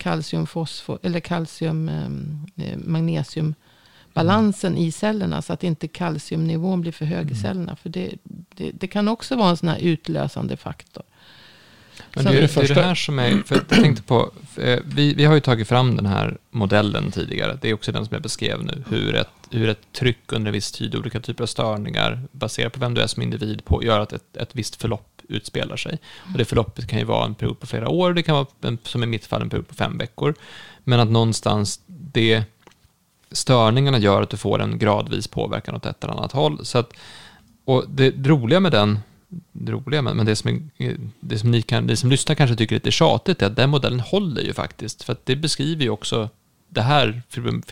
magnesium-balansen i cellerna, så att inte kalciumnivån blir för hög i cellerna. För det kan också vara en sån här utlösande faktor. Men det är det här som är, för jag tänkte på, vi har ju tagit fram den här modellen tidigare. Det är också den som jag beskrev nu, hur ett tryck under en viss tid, olika typer av störningar baserat på vem du är som individ på, gör att ett visst förlopp utspelar sig. Och det förloppet kan ju vara en period på flera år, det kan vara, som i mitt fall, en period på 5 veckor. Men att någonstans störningarna gör att du får en gradvis påverkan åt ett eller annat håll. Så att, och det roliga med den, men det som ni som lyssnar kanske tycker är lite tjatigt, är att den modellen håller ju faktiskt. För att det beskriver ju också det här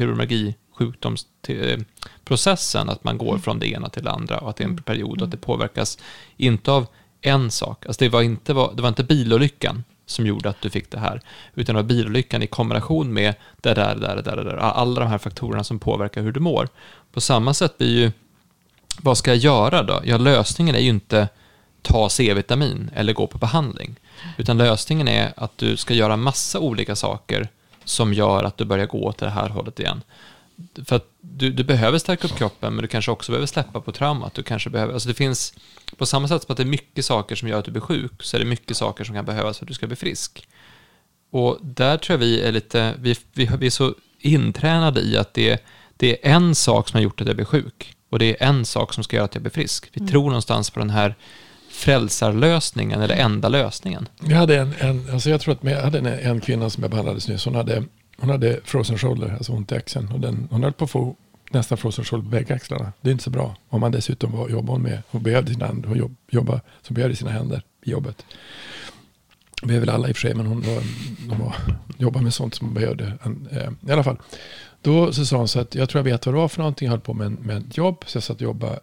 fibromyalgi-sjukdomsprocessen, att man går från det ena till det andra och att det är en period och att det påverkas inte av en sak. Alltså det var inte bilolyckan som gjorde att du fick det här, utan det var bilolyckan i kombination med det där, alla de här faktorerna som påverkar hur du mår. På samma sätt blir ju, vad ska jag göra då? Ja, lösningen är ju inte ta C-vitamin eller gå på behandling, utan lösningen är att du ska göra massa olika saker som gör att du börjar gå åt det här hållet igen. För att du behöver stärka upp kroppen, men du kanske också behöver släppa på traumat. Du kanske behöver, alltså det finns, på samma sätt som att det är mycket saker som gör att du blir sjuk, så är det mycket saker som kan behövas för att du ska bli frisk. Och där tror jag vi är lite, vi är så intränade i att det är en sak som har gjort att jag blir sjuk, och det är en sak som ska göra att jag blir frisk. Vi tror någonstans på den här frälsarlösningen eller enda lösningen. Jag tror att jag hade en kvinna som jag behandlades nyss. Hon hade frozen shoulder, alltså ont i axeln. Och hon höll på att få nästan frozen shoulder på bägge axlarna. Det är inte så bra. Om man dessutom jobbade med, hon behövde sina händer, så behövde sina händer i jobbet. Det behöver väl alla i och för sig, men hon jobbade med sånt som hon behövde. I alla fall. Då så sa hon så att jag tror jag vet vad det var för någonting. Jag höll på med ett jobb, så jag satt och jobbade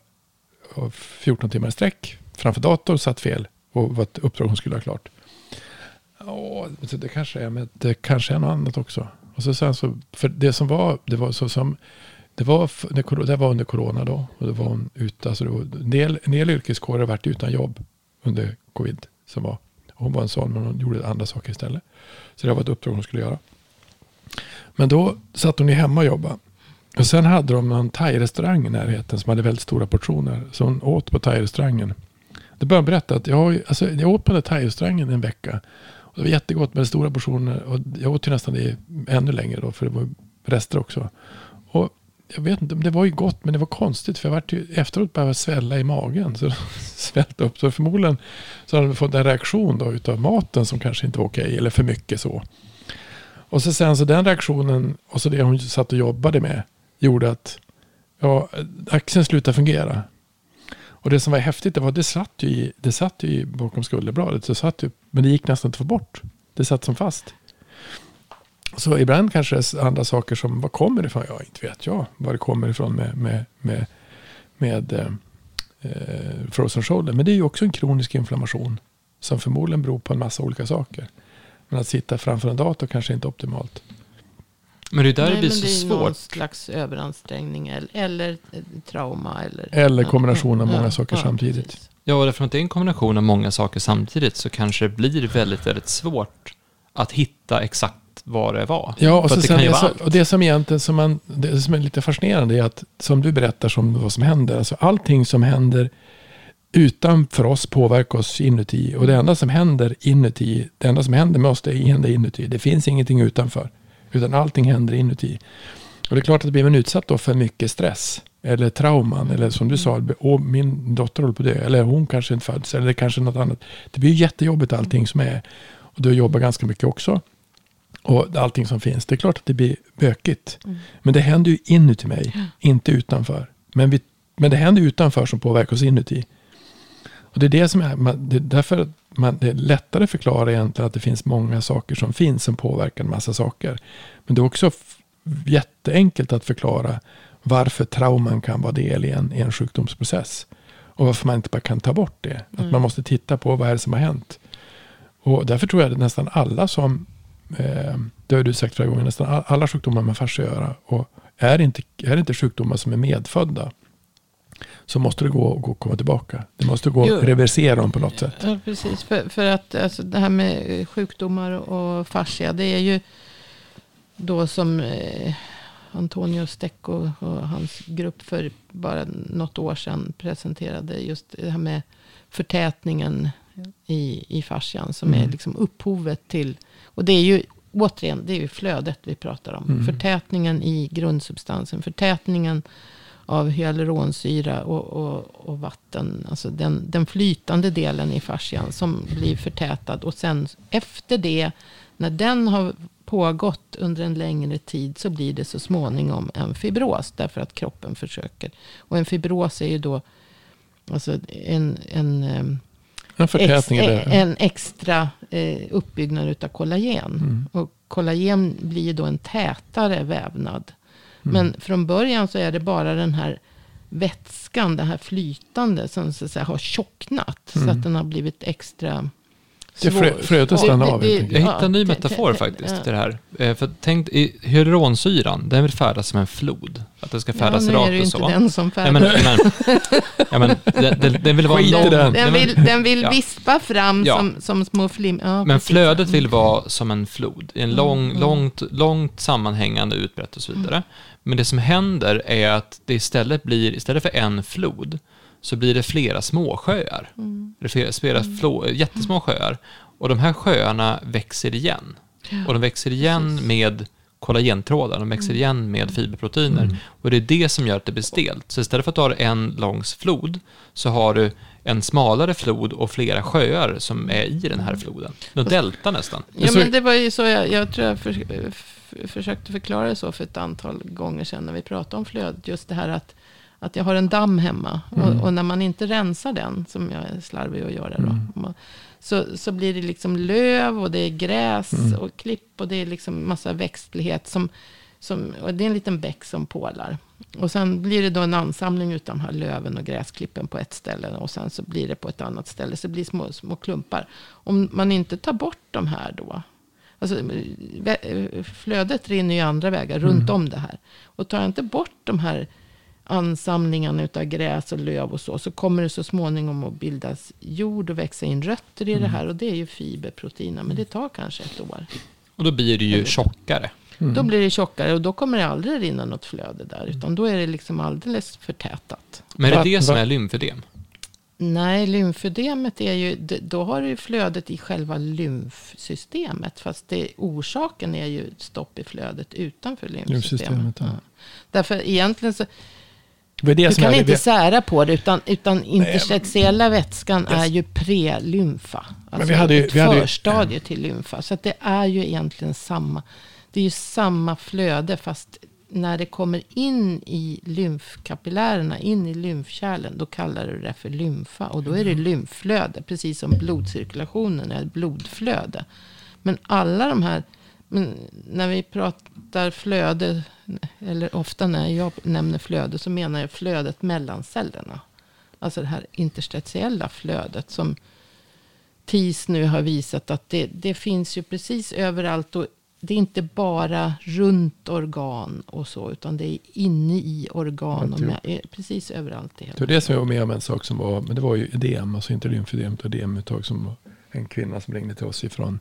14 timmar i sträck framför dator, satt fel och var ett uppdrag hon skulle ha klart. Det kanske är, men det kanske är något annat också. Och så sen så, för det som var, det var så som det var under corona då, och det var hon ute, alltså det var en del yrkeskårer har varit utan jobb under covid som var. Hon var en sån, men hon gjorde andra saker istället. Så det var ett uppdrag hon skulle göra. Men då satt hon ju hemma och jobbade. Och sen hade de en thai-restaurang i närheten som hade väldigt stora portioner. Så hon åt på thai-restaurangen. Det började berätta att jag åt på den thai-restaurangen en vecka. Och det var jättegott med stora portioner. Och jag åt ju nästan det ännu längre då, för det var rester också. Och jag vet inte, det var ju gott, men det var konstigt. För jag var ju efteråt bara svälla i magen. Så svällt upp. Så förmodligen så hade vi fått en reaktion då utav maten som kanske inte var okej. Eller för mycket så. Och så sen så den reaktionen och så det hon satt och jobbade med gjorde att axeln slutade fungera. Och det som var häftigt, det var det satt ju bakom skulderbladet, men det gick nästan inte att få bort. Det satt som fast. Så ibland kanske det är andra saker som, vad kommer ifrån? Ja, inte vet jag var det kommer ifrån med frozen shoulder. Men det är ju också en kronisk inflammation som förmodligen beror på en massa olika saker. Men att sitta framför en dator kanske inte är optimalt. Men det där blir så svårt. Någon slags överansträngning eller trauma. Eller kombination av många saker samtidigt. Precis. Ja, och därför att det är en kombination av många saker samtidigt, så kanske det blir väldigt, väldigt svårt att hitta exakt vad det var. Ja, och, det som egentligen det som är lite fascinerande är att, som du berättar som vad som händer, alltså allting som händer utanför oss påverkar oss inuti. Och det enda som händer inuti, det enda som händer med oss, det händer inuti. Det finns ingenting utanför. Utan allting händer inuti. Och det är klart att blir man utsatt då för mycket stress eller trauman, eller som du sa, min dotter håller på det, eller hon kanske inte föds, eller kanske något annat. Det blir jättejobbigt allting som är, och du jobbar ganska mycket också, och allting som finns. Det är klart att det blir bökigt, men det händer ju inuti mig, inte utanför. Men det händer utanför som påverkar oss inuti. Och det är det som det är därför att det är lättare att förklara egentligen att det finns många saker som finns som påverkar en massa saker. Men det är också jätteenkelt att förklara varför trauman kan vara del i en sjukdomsprocess. Och varför man inte bara kan ta bort det. Att man måste titta på vad är det som har hänt. Och därför tror jag att nästan alla som, det har du sagt flera gånger, nästan alla sjukdomar med fascia att göra. Och är inte sjukdomar som är medfödda, så måste det gå att komma tillbaka. Det måste gå att reversera dem på något sätt. Ja, precis. För att alltså, det här med sjukdomar och fascia, det är ju då som Antonio Stecco och hans grupp för bara något år sedan presenterade just det här med förtätningen i fascian som är liksom upphovet till, och det är ju återigen, det är ju flödet vi pratar om. Förtätningen i grundsubstansen, förtätningen av hyaluronsyra och vatten, alltså den flytande delen i fascian som blir förtätad, och sen efter det, när den har pågått under en längre tid, så blir det så småningom en fibros, därför att kroppen försöker. Och en fibros är ju då alltså en extra uppbyggnad utav kollagen. Och kollagen blir då en tätare vävnad. Men från början så är det bara den här vätskan, det här flytande, som så att säga har tjocknat. Så att den har blivit extra svår. Det är fröet att stanna av. Jag hittar en ny metafor faktiskt till det här. För tänk, hyaluronsyran, den vill färdas som en flod. Att det ska färdas rakt och så. Nu är det inte den som färdas. Den vill vara den vill vispa fram som små flim. Ja, men precis. Flödet vill vara som en flod. En långt sammanhängande, utbrett och så vidare. Men det som händer är att det istället för en flod, så blir det flera småsjöar. Det är flera jättesmå sjöar. Och de här sjöarna växer igen. Och de växer igen med kollagentrådar. De växer igen med fiberproteiner. Och det är det som gör att det blir stelt. Så istället för att du har en lång flod, så har du en smalare flod och flera sjöar som är i den här floden. En delta nästan. Ja, men det var ju så jag tror jag försökte förklara det så för ett antal gånger sedan när vi pratade om flödet. Just det här att jag har en damm hemma. Och när man inte rensar den, som jag är slarvig att göra då, så blir det liksom löv och det är gräs och klipp och det är liksom massa växtlighet och det är en liten bäck som pålar. Och sen blir det då en ansamling utav de här löven och gräsklippen på ett ställe, och sen så blir det på ett annat ställe, så det blir små klumpar. Om man inte tar bort de här då, alltså flödet rinner ju andra vägar runt om det här, och tar jag inte bort de här ansamlingarna utav gräs och löv och så kommer det så småningom att bildas jord och växa in rötter i det här, och det är ju fiberproteiner, men det tar kanske ett år. Och då blir det ju tjockare. Då blir det tjockare, och då kommer det aldrig rinna något flöde där, utan då är det liksom alldeles förtätat. Men är det som är lymfödem? Nej, lymfödemet är ju, då har du ju flödet i själva lymfsystemet, fast orsaken är ju stopp i flödet utanför lymfsystemet. Ja. Därför egentligen så du kan inte sära på det, utan interstitiella vätskan är ju prelymfa. Alltså ett förstadie till lymfa. Så att det är ju egentligen det är ju samma flöde, fast när det kommer in i lymfkapillärerna, in i lymfkärlen, då kallar du det för lymfa. Och då är det lymfflöde, precis som blodcirkulationen är blodflöde. Men alla de här, när vi pratar flöde, eller ofta när jag nämner flöde, så menar jag flödet mellan cellerna. Alltså det här interstitiella flödet som TIS nu har visat att det finns ju precis överallt, och det är inte bara runt organ och så, utan det är inne i organ och precis överallt. Det är det som jag var med om en sak som var, men det var ju edem, alltså inte lymfödem, utan ödemuttag, som en kvinna som ringde till oss ifrån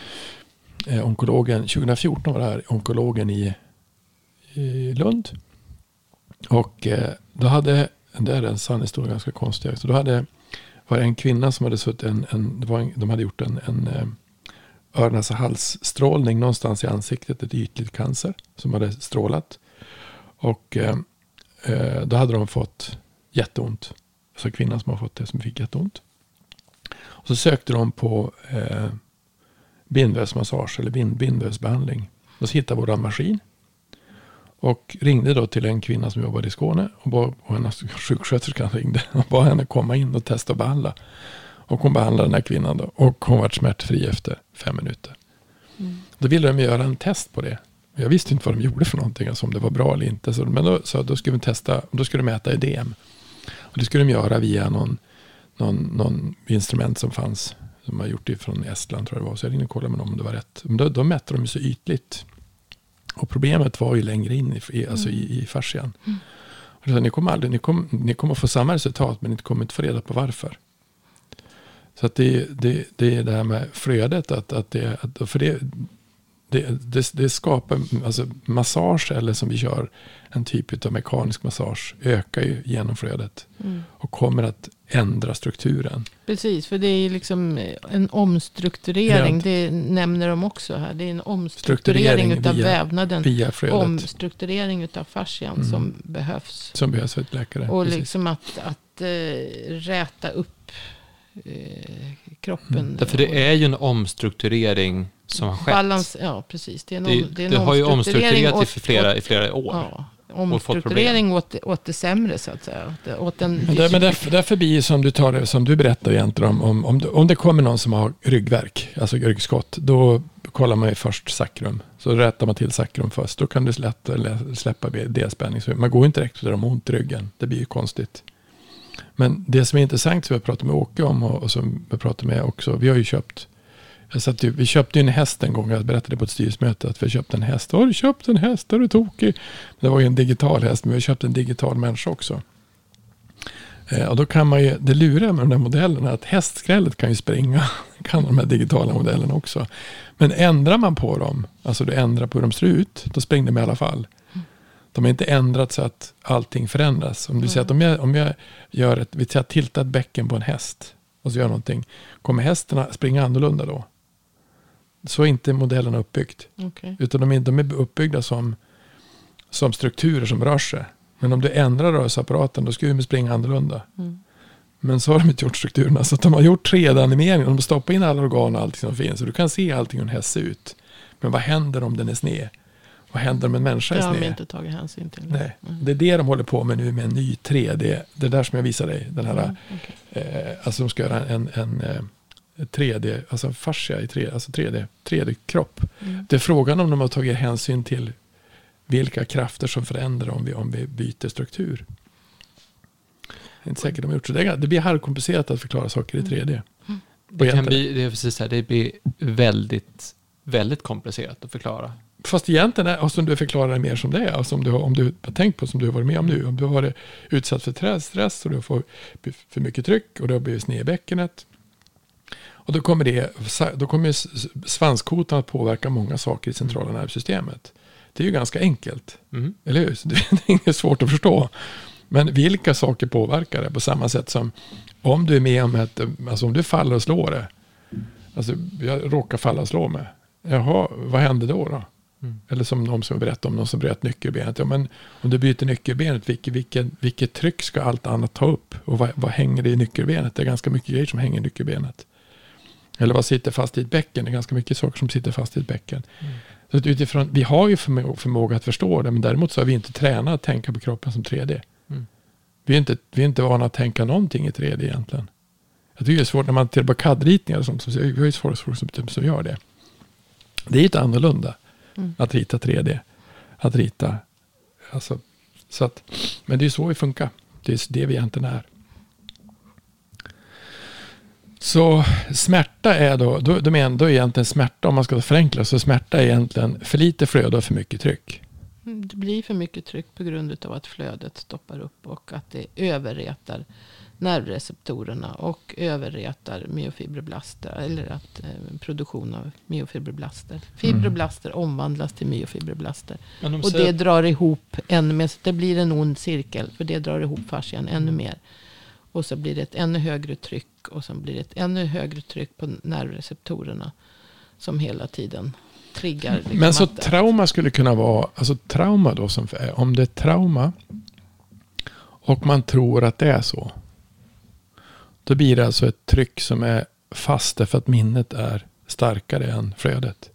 onkologen. 2014 var det här, onkologen i Lund. Och då hade, det är en sann historia, ganska konstig. Så då var det en kvinna som hade suttit de hade gjort en öron- och halsstrålning någonstans i ansiktet, ett ytligt cancer som hade strålat. Och då hade de fått jätteont. Alltså kvinnan som har fått det, som fick jätteont. Och så sökte de på bindvävsmassage eller bindvävsbehandling. Då hittade våran maskin. Och ringde då till en kvinna som jobbade i Skåne. Och hennes sjuksköterskan ringde och bad henne komma in och testa och behandla. Och hon behandlade den här kvinnan då. Och hon var smärtfri efter 5 minuter. Då ville de göra en test på det. Jag visste inte vad de gjorde för någonting. Alltså om det var bra eller inte. Men då skulle de testa. Då skulle de mäta ödem. Och det skulle de göra via någon instrument som fanns. Som har gjort det från Estland tror jag det var. Så jag ringde och kollade med dem om det var rätt. Men då mätte de så ytligt. Och problemet var ju längre in i fascian. Och så, ni kommer få samma resultat men ni kommer inte få reda på varför. Så att det är det här med flödet. Det skapar alltså massage eller som vi kör en typ av mekanisk massage ökar ju genom flödet och kommer att ändra strukturen. Precis, för det är liksom en omstrukturering, det nämner de också här. Det är en omstrukturering utav vävnaden, via flödet. Omstrukturering utav fascian som behövs. Som behövs för ett läkare. Och precis. Liksom att räta upp kroppen. Därför det är ju en omstrukturering som har skett. Balans, ja, precis. Det är en har ju omstrukturerat i flera år. Ja, omstrukturering åt det sämre så att säga. Men därför blir som du tar det, som du berättar egentligen om det kommer någon som har ryggvärk, alltså ryggskott, då kollar man ju först sakrum. Så rättar man till sakrum först. Då kan du släppa delspänning. Så man går inte direkt för att de har ont i ryggen. Det blir ju konstigt. Men det som är intressant som jag pratar med Åke om och som jag pratar med också, vi har ju köpt, vi köpte ju en häst en gång, jag berättade på ett styrelsemöte att vi köpte en häst. Har du köpt en häst? Är du tokig? Det var ju en digital häst, men vi har köpt en digital människa också. Och då kan man ju, det lurar med de där modellerna att hästskrället kan ju springa, kan de här digitala modellerna också. Men ändrar man på dem, alltså du ändrar på hur de ser ut, då springer de i alla fall. De har inte ändrat så att allting förändras. Om du säger att om jag gör vi tiltar ett bäcken på en häst och så gör någonting, kommer hästarna springa annorlunda då? Så är inte modellerna uppbyggt. Okay. Utan de är uppbyggda som strukturer som rör sig. Men om du ändrar rörelseapparaten, då ska de springa annorlunda. Men så har de inte gjort strukturerna. Så att de har gjort 3D-animering. De stoppar in alla organ och allting som finns. Så du kan se allting hur en häst ser ut. Men vad händer om den är sned? Vad händer om en människa är sned? Det har de inte tagit hänsyn till. Nej, det är det de håller på med nu med en ny 3D. Det där som jag visar dig. Den här, alltså de ska göra en 3D, alltså fascia i 3D, alltså 3D-kropp. Det är frågan om de har tagit hänsyn till vilka krafter som förändrar om vi byter struktur. Jag är inte säker de har gjort så. Det blir halvkomplicerat att förklara saker i 3D. Det blir väldigt, väldigt komplicerat att förklara. Fast egentligen är, alltså om du förklarar det mer som det är, alltså om du har tänkt på som du har varit med om nu, om du har varit utsatt för stress och du får för mycket tryck och du har blivit sned i bäckenet. Och då kommer svanskotan att påverka många saker i centrala nervsystemet. Det är ju ganska enkelt. Eller hur? Det är inget svårt att förstå. Men vilka saker påverkar det? På samma sätt som om du är med om alltså om du faller och slår det. Alltså jag råkar falla och slå mig. Jaha, vad händer då? Eller som någon som berättade om någon som bröt nyckelbenet. Ja, men om du byter nyckelbenet, vilket tryck ska allt annat ta upp? Och vad hänger det i nyckelbenet? Det är ganska mycket grejer som hänger i nyckelbenet. Eller vad sitter fast i ett bäcken? Det är ganska mycket saker som sitter fast i ett bäcken. Så utifrån, vi har ju förmåga att förstå det, men däremot så har vi inte tränat att tänka på kroppen som 3D. Vi är inte vana att tänka någonting i 3D egentligen. Jag tycker det är svårt när man tittar på CAD-ritningar och sånt. Vi har ju folk som gör det. Det är inte annorlunda att rita 3D. Att rita, alltså, så att, men det är så vi funkar. Det är det vi egentligen är. Så smärta är då är egentligen smärta, om man ska förenkla, så smärta är egentligen för lite flöde och för mycket tryck. Det blir för mycket tryck på grund av att flödet stoppar upp och att det överretar nervreceptorerna och överretar myofibroblaster, eller att produktion av myofibroblaster. Fibroblaster omvandlas till myofibroblaster. Och det drar ihop ännu mer, så det blir en ond cirkel, för det drar ihop fascian ännu mer. Och så blir det ett ännu högre tryck och så blir det ett ännu högre tryck på nervreceptorerna som hela tiden triggar. Liksom. Men så trauma skulle kunna vara, alltså trauma då, om det är trauma, och man tror att det är så, då blir det alltså ett tryck som är fast därför att minnet är starkare än flödet.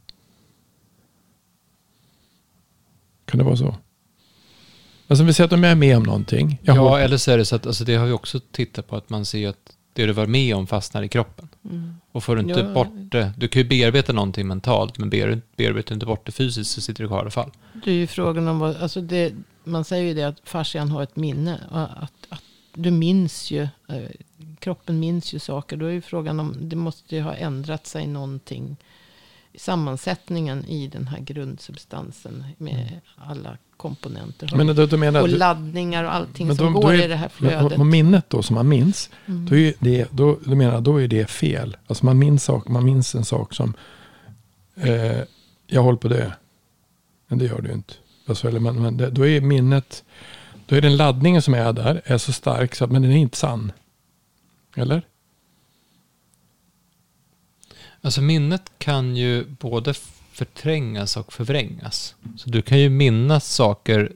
Kan det vara så? Alltså vi säger att om jag är med om någonting. Eller så är det så att alltså det har vi också tittat på, att man ser att det du var med om fastnar i kroppen. Och får du inte bort det, du kan ju bearbeta någonting mentalt, men bearbetar du inte bort det fysiskt så sitter det kvar i alla fall. Det är ju frågan om vad, alltså man säger ju det att fascian har ett minne. Att du minns ju, kroppen minns ju saker. Då är ju frågan om det måste ju ha ändrat sig någonting i sammansättningen i den här grundsubstansen med alla komponenter. Men då menar, och laddningar och allting som går i det här flödet. Och minnet då som man minns, då är det fel. Alltså man minns en sak som jag håller på det. Men det gör du inte. Alltså, då är minnet, då är den laddningen som är där är så stark så att men den är inte sann. Eller? Alltså minnet kan ju både förträngas och förvrängas. Så du kan ju minnas saker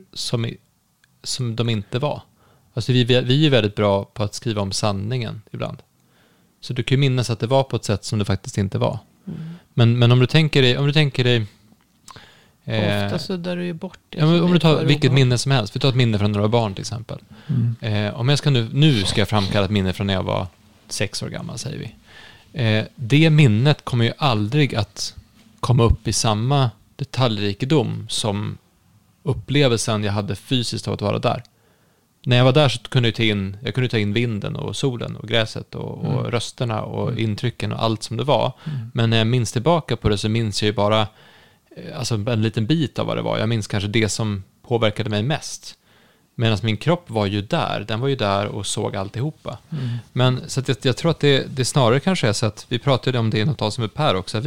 som de inte var. Alltså vi är väldigt bra på att skriva om sanningen ibland. Så du kan ju minnas att det var på ett sätt som det faktiskt inte var. Men om du tänker dig ofta suddar du ju bort det. Ja, om du tar vilket minne som helst. Vi tar ett minne från några barn till exempel. Om jag ska nu ska jag framkalla ett minne från när jag var 6 år gammal, säger vi. Det minnet kommer ju aldrig att komma upp i samma detaljrikedom som upplevelsen jag hade fysiskt av att vara där. När jag var där så kunde jag ta in vinden och solen och gräset och rösterna och intrycken och allt som det var. Men när jag minns tillbaka på det så minns jag ju bara alltså en liten bit av vad det var. Jag minns kanske det som påverkade mig mest. Medan min kropp var ju där. Den var ju där och såg alltihopa. Men så att jag tror att det snarare kanske är så att vi pratade om det i något avsnitt med Per också.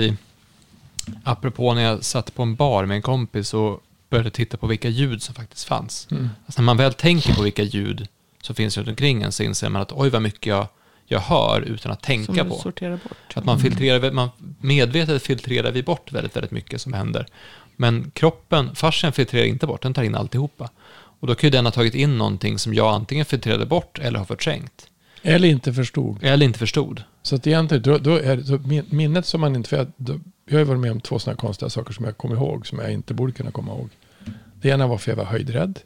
Apropå när jag satt på en bar med en kompis och började titta på vilka ljud som faktiskt fanns. Alltså när man väl tänker på vilka ljud som finns runt omkring en så inser man att oj vad mycket jag hör utan att tänka på. Sorterar bort. Att man medvetet filtrerar vi bort väldigt, väldigt mycket som händer. Men fascian filtrerar inte bort, den tar in alltihopa. Och då kan ju den ha tagit in någonting som jag antingen filtrerade bort eller har förträngt. Eller inte förstod. Så att egentligen, då är det minnet som man inte... Jag har varit med om 2 sådana konstiga saker som jag kommer ihåg som jag inte borde kunna komma ihåg. Det ena var för jag var höjdrädd.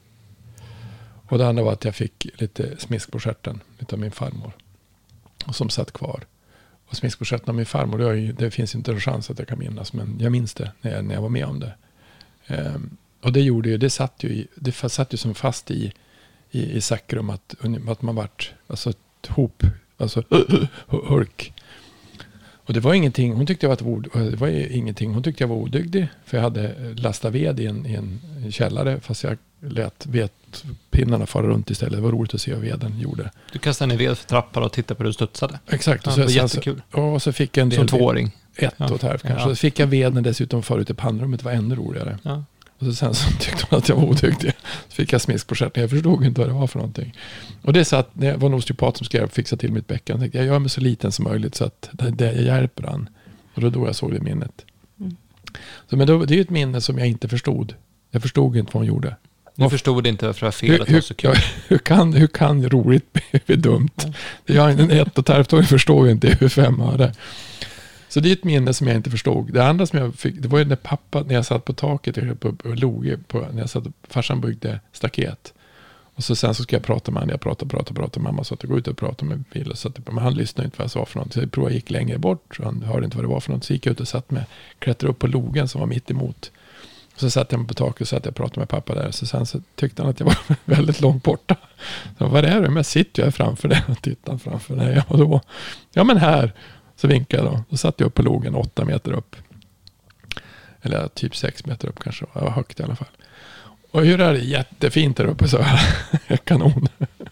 Och det andra var att jag fick lite smisk på stjärten av min farmor. Och som satt kvar. Och smisk på stjärten av min farmor, det finns inte en chans att jag kan minnas. Men jag minns det när jag var med om det. Och det gjorde ju, det satt ju som fast i sakrum att man vart alltså hop, alltså hulk. Och det var ingenting, hon tyckte hon tyckte jag var odygdig för jag hade lastat ved i en källare fast jag lät vedpinnarna fara runt istället. Det var roligt att se vad veden gjorde. Du kastade ner ved för trappan och tittade på hur du studsade. Exakt. Och det var jättekul. Och så fick jag en del. Som 2-åring. 1,5 kanske. Så fick jag veden dessutom förut i pannrummet. Det var ännu roligare. Ja. Och sen så tyckte hon att jag var odygdig. Så fick jag smisk på stjärten. Jag förstod inte vad det var för någonting. Och det satt, när jag var en osteopat som skrev fixa till mitt bäcken. Jag tänkte, jag gör mig så liten som möjligt så att jag hjälper han. Och då jag såg det minnet. Så, men det är ju ett minne som jag inte förstod. Jag förstod inte vad hon gjorde. Du förstod inte varför jag fel att det var så kul. Hur kan roligt bli dumt? Jag är en 1,5 år förstår ju inte hur 5 öre. Så det är ett minne som jag inte förstod. Det andra som jag fick, det var ju när jag satt på taket på Loge, när farsan byggde staket. Och så sen så ska jag prata med honom. Jag pratade. Mamma sa att jag går ut och pratar med Bill. Men han lyssnade inte vad jag sa för något. Så jag provade, gick längre bort. Så han hörde inte vad det var för något. Så gick jag ut och klättrade upp på logen som var mitt emot. Och så satt jag på taket och pratade med pappa där. Så sen så tyckte han att jag var väldigt långt borta. Så vad är det? Men jag sitter ju här framför dig och tittar framför dig. Och då, ja men här. Så vinkade jag då. Då satt jag upp på logen 8 meter upp. Eller typ 6 meter upp kanske. Jag var högt i alla fall. Och hur är det jättefint där uppe så här. Kanon.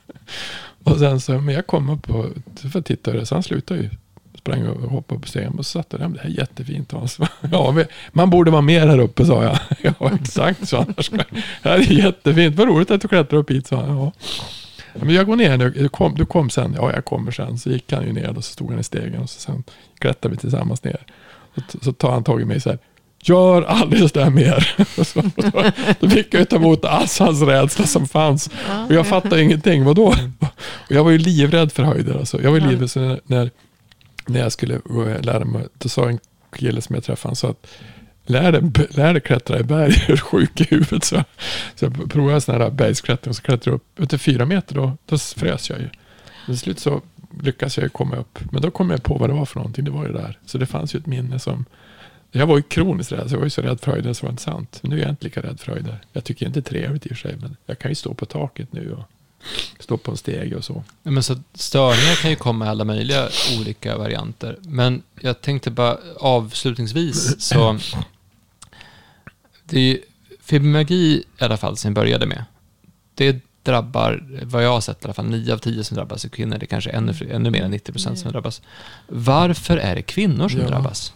Och sen så, men jag kom upp för att titta det. Så han slutade ju. Sprang och hoppade på stegen och satt där. Det här är jättefint. Alltså. Ja, man borde vara mer här uppe, sa jag. Ja, exakt. Så annars det här är jättefint. Vad roligt att du klättrar upp hit, sa han. Ja. Men jag går ner nu. Du kom sen. Ja, jag kommer sen. Så gick han ju ner och så stod han i stegen. Och så sen klättrade vi tillsammans ner. Så tar han tag i mig så här. gör aldrig så där mer. Då fick jag ta emot hans rädsla som fanns. Och jag fattade ingenting. Vadå? Och jag var ju livrädd för höjder. Alltså. Jag var livrädd så när jag skulle lära mig. Då sa en kille som jag träffade, så att lär dig klättra i berg, är sjuk i huvudet. Så jag provade sån här bergsklättring och så klättrade jag upp till 4 meter. Då frös jag ju. Till slut så lyckas jag komma upp. Men då kom jag på vad det var för någonting. Det var ju där. Så det fanns ju ett minne som... Jag var ju kroniskt rädd. Så jag var ju så rädd för höjden så var det inte sant. Men nu är jag inte lika rädd för höjder. Jag tycker inte det är trevligt i och för sig. Men jag kan ju stå på taket nu och stå på en steg och så. Men så störningar kan ju komma i alla möjliga olika varianter. Men jag tänkte bara avslutningsvis så... Det är ju fibromyalgi i alla fall som började med. Det drabbar, vad jag har sett i alla fall, 9 av 10 som drabbas är kvinnor. Det är kanske ännu mer än 90% som drabbas. Varför är det kvinnor som drabbas?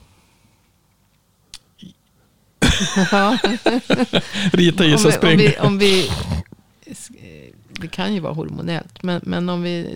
Rita gissa spring. Om vi det kan ju vara hormonellt, men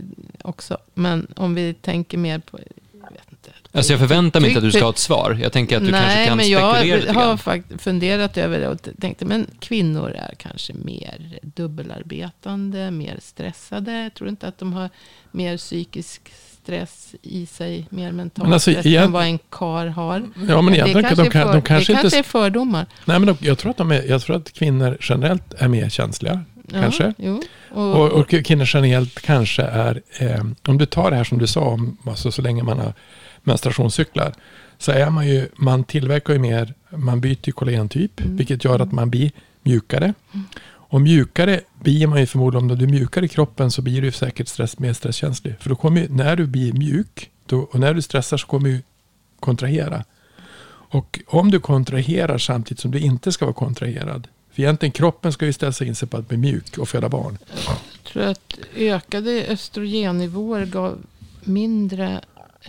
om vi tänker mer på, jag vet inte. Alltså jag förväntar mig inte att du ska ha ett svar. Jag tänker att du kanske kan spekulera lite grann. Jag har faktiskt funderat över det och tänkte, men kvinnor är kanske mer dubbelarbetande, mer stressade. Jag tror inte att de har mer psykisk stress i sig, mer mental stress än vad en karl har. Ja, men egentligen de kanske inte är fördomar. Nej, men jag tror att kvinnor generellt är mer känsliga. Kanske. Jo. Och kvinnor generellt kanske är, om du tar det här som du sa om, alltså så länge man har menstruationscyklar, så är man tillverkar ju mer, man byter ju kollagentyp, vilket gör att man blir mjukare. Och mjukare blir man ju förmodligen, om du är mjukare i kroppen så blir du säkert mer stresskänslig. För då kommer när du blir mjuk, och när du stressar så kommer du kontrahera. Och om du kontraherar samtidigt som du inte ska vara kontraherad, för egentligen kroppen ska ju ställa in sig på att bli mjuk och föda barn. Jag tror att ökade östrogennivåer gav mindre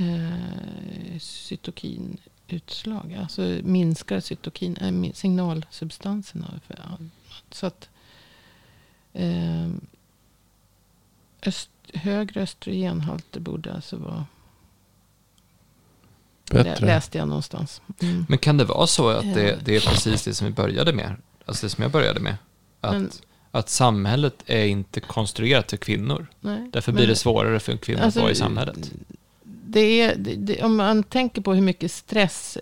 cytokinutslag. Alltså minskar signalsubstanserna. Så att högre östrogenhalter borde alltså vara bättre. Läste jag någonstans. Men kan det vara så att det är precis det som vi började med? Alltså det som jag började med. Att samhället är inte konstruerat för kvinnor. Nej, därför blir det svårare för kvinnor att vara i samhället. Om man tänker på hur mycket stress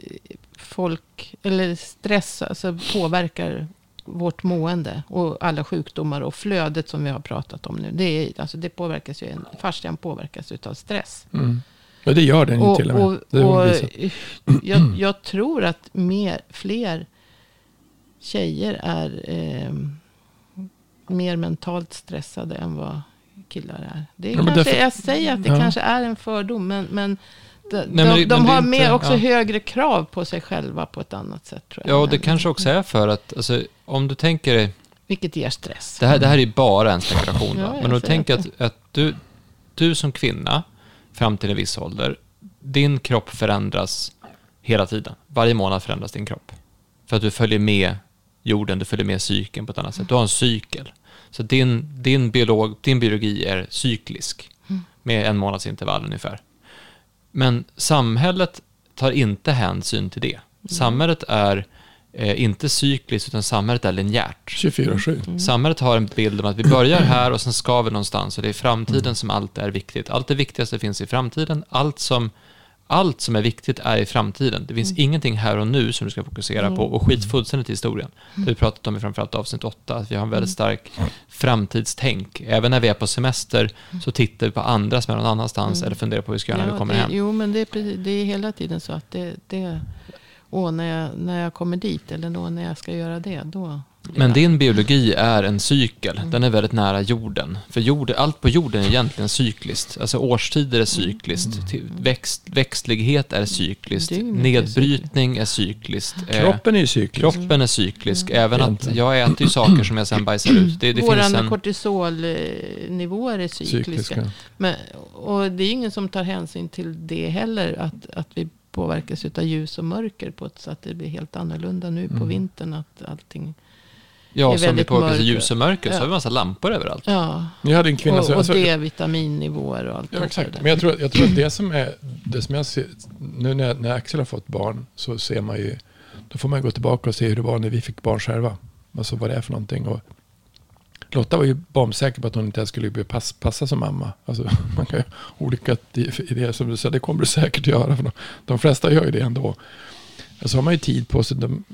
stress alltså påverkar vårt mående och alla sjukdomar och flödet som vi har pratat om nu. Det påverkas ju, fascian påverkas utav stress. Ja, det gör den ju till och med. Jag tror att fler tjejer är mer mentalt stressade än vad killar är. Det är jag säger att det kanske är en fördom, men de har mer också högre krav på sig själva på ett annat sätt, tror jag. Ja, och det kanske också är för att, alltså, om du tänker... Vilket ger stress. Det här är ju bara en spekulation. Men om du tänker att du som kvinna, fram till en viss ålder, din kropp förändras hela tiden. Varje månad förändras din kropp. För att du följer med jorden, du följer med cykeln på ett annat sätt. Du har en cykel. Så din biologi är cyklisk. Med 1 månads intervall ungefär. Men samhället tar inte hänsyn till det. Samhället är inte cykliskt, utan samhället är linjärt. 24/7. Samhället har en bild om att vi börjar här och sen ska vi någonstans. Och det är framtiden som allt är viktigt. Allt det viktigaste finns i framtiden. Allt som är viktigt är i framtiden. Det finns ingenting här och nu som du ska fokusera på. Och skit fullständigt i historien. Det har vi pratat om i framförallt avsnitt 8. Att vi har en väldigt stark framtidstänk. Även när vi är på semester så tittar vi på andra som är någon annanstans. Eller funderar på hur vi ska göra när vi kommer hem. Jo, men det är hela tiden så att när jag kommer dit eller när jag ska göra det, då... Men din biologi är en cykel. Den är väldigt nära jorden. För allt på jorden är egentligen cykliskt. Alltså årstider är cykliskt. Växtlighet är cykliskt. Nedbrytning är cykliskt. Kroppen är cyklisk. Kroppen är cyklisk. Även att jag äter ju saker som jag sen bajsar ut. Våra kortisolnivåer är cykliska. Och det är ingen som tar hänsyn till det heller. Att vi påverkas av ljus och mörker på ett sätt att det blir helt annorlunda nu på vintern. Att allting... Ja, som vi påverkas av ljus och mörker så har vi en massa lampor överallt. Ja, jag hade en kvinna och D-vitaminnivåer och allt. Ja, exakt. Men jag tror att det som jag ser, nu när Axel har fått barn så ser man ju, Då får man gå tillbaka och se hur det var när vi fick barn själva. Alltså vad det är för någonting. Och Lotta var ju bombsäker på att hon inte ens skulle bli passa som mamma. Alltså man kan ju olika idéer som du säger, det kommer du säkert att göra. För de flesta gör ju det ändå. Så har man ju tid på sig.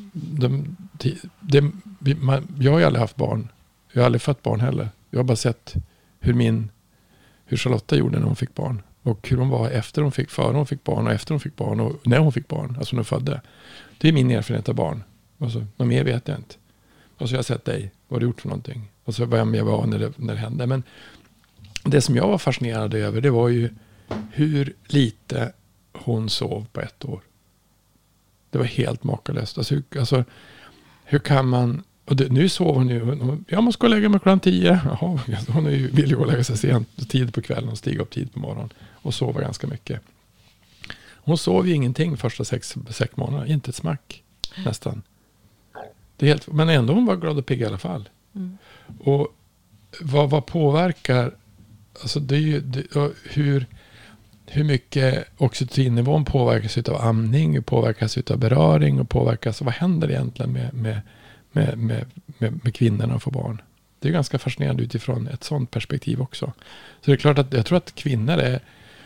Jag har ju aldrig haft barn. Jag har aldrig fått barn heller. Jag har bara sett hur Charlotta gjorde när hon fick barn. Och hur hon var före hon fick barn och efter hon fick barn och när hon fick barn. Alltså när hon födde. Det är min erfarenhet av barn. Alltså, något mer vet jag inte. Och så har jag sett dig. Vad har du gjort för någonting? Och så vem jag var när det hände. Men det som jag var fascinerad över, det var ju hur lite hon sov på 1 år. Det var helt makalöst. Alltså hur kan man... Och nu sover hon ju... Jag måste gå och lägga mig 10:00. Jaha, hon vill ju gå och lägga sig sent, tid på kvällen och stiga upp tid på morgonen. Och sova ganska mycket. Hon sov ju ingenting första 6 månader. Inte ett smack. Nästan. Det är helt, men ändå hon var glad och pigg i alla fall. Mm. Och vad påverkar... Alltså det är ju... Hur mycket oxytocinnivån påverkas av amning, påverkas av beröring och påverkas... Vad händer egentligen med kvinnorna och få barn? Det är ganska fascinerande utifrån ett sånt perspektiv också. Så det är klart att jag tror att kvinnor är...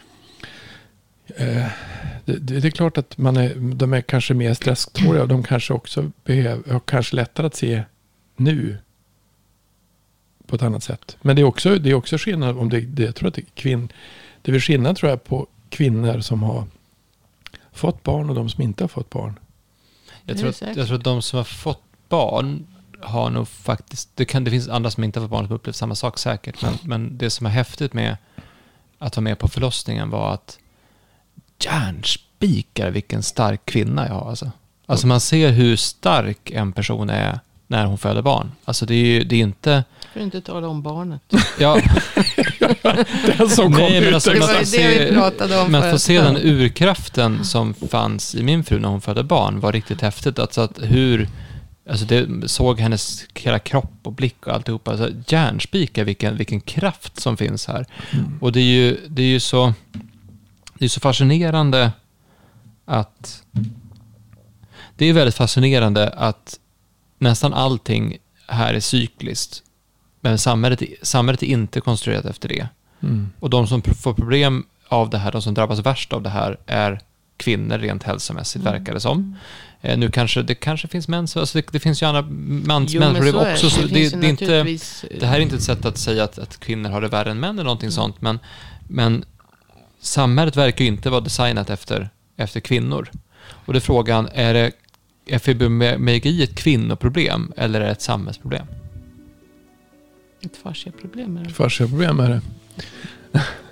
Det är klart att de är kanske mer stresståliga och de kanske också har kanske lättare att se nu på ett annat sätt. Men det är också skillnad om jag tror att det är skillnad tror jag på kvinnor som har fått barn och de som inte har fått barn. Jag tror att de som har fått barn har nog faktiskt... Det finns andra som inte har fått barn som upplevt samma sak säkert. Men det som är häftigt med att vara med på förlossningen var att järnspikar vilken stark kvinna jag har. Alltså man ser hur stark en person är när hon föder barn. Alltså det är inte... För att inte tala om barnet. Ja. Den som kom ut. Men att få se den urkraften som fanns i min fru när hon födde barn var riktigt häftigt. Alltså det såg hennes hela kropp och blick och alltihopa. Alltså järnspikar vilken kraft som finns här. Mm. Och det är ju så fascinerande att... Det är väldigt fascinerande att nästan allting här är cykliskt. Men samhället är inte konstruerat efter det. Mm. Och de som får problem av det här, de som drabbas värst av det här är kvinnor rent hälsomässigt, verkar det som. Nu det kanske finns män, alltså det finns ju andra mansproblem också. Så det här är inte ett sätt att säga att kvinnor har det värre än män eller någonting sånt. Men samhället verkar ju inte vara designat efter kvinnor. Och det är frågan, är fibromyalgi ett kvinnoproblem eller är det ett samhällsproblem? Ett fasciaproblem är det. Fasciaproblem är det.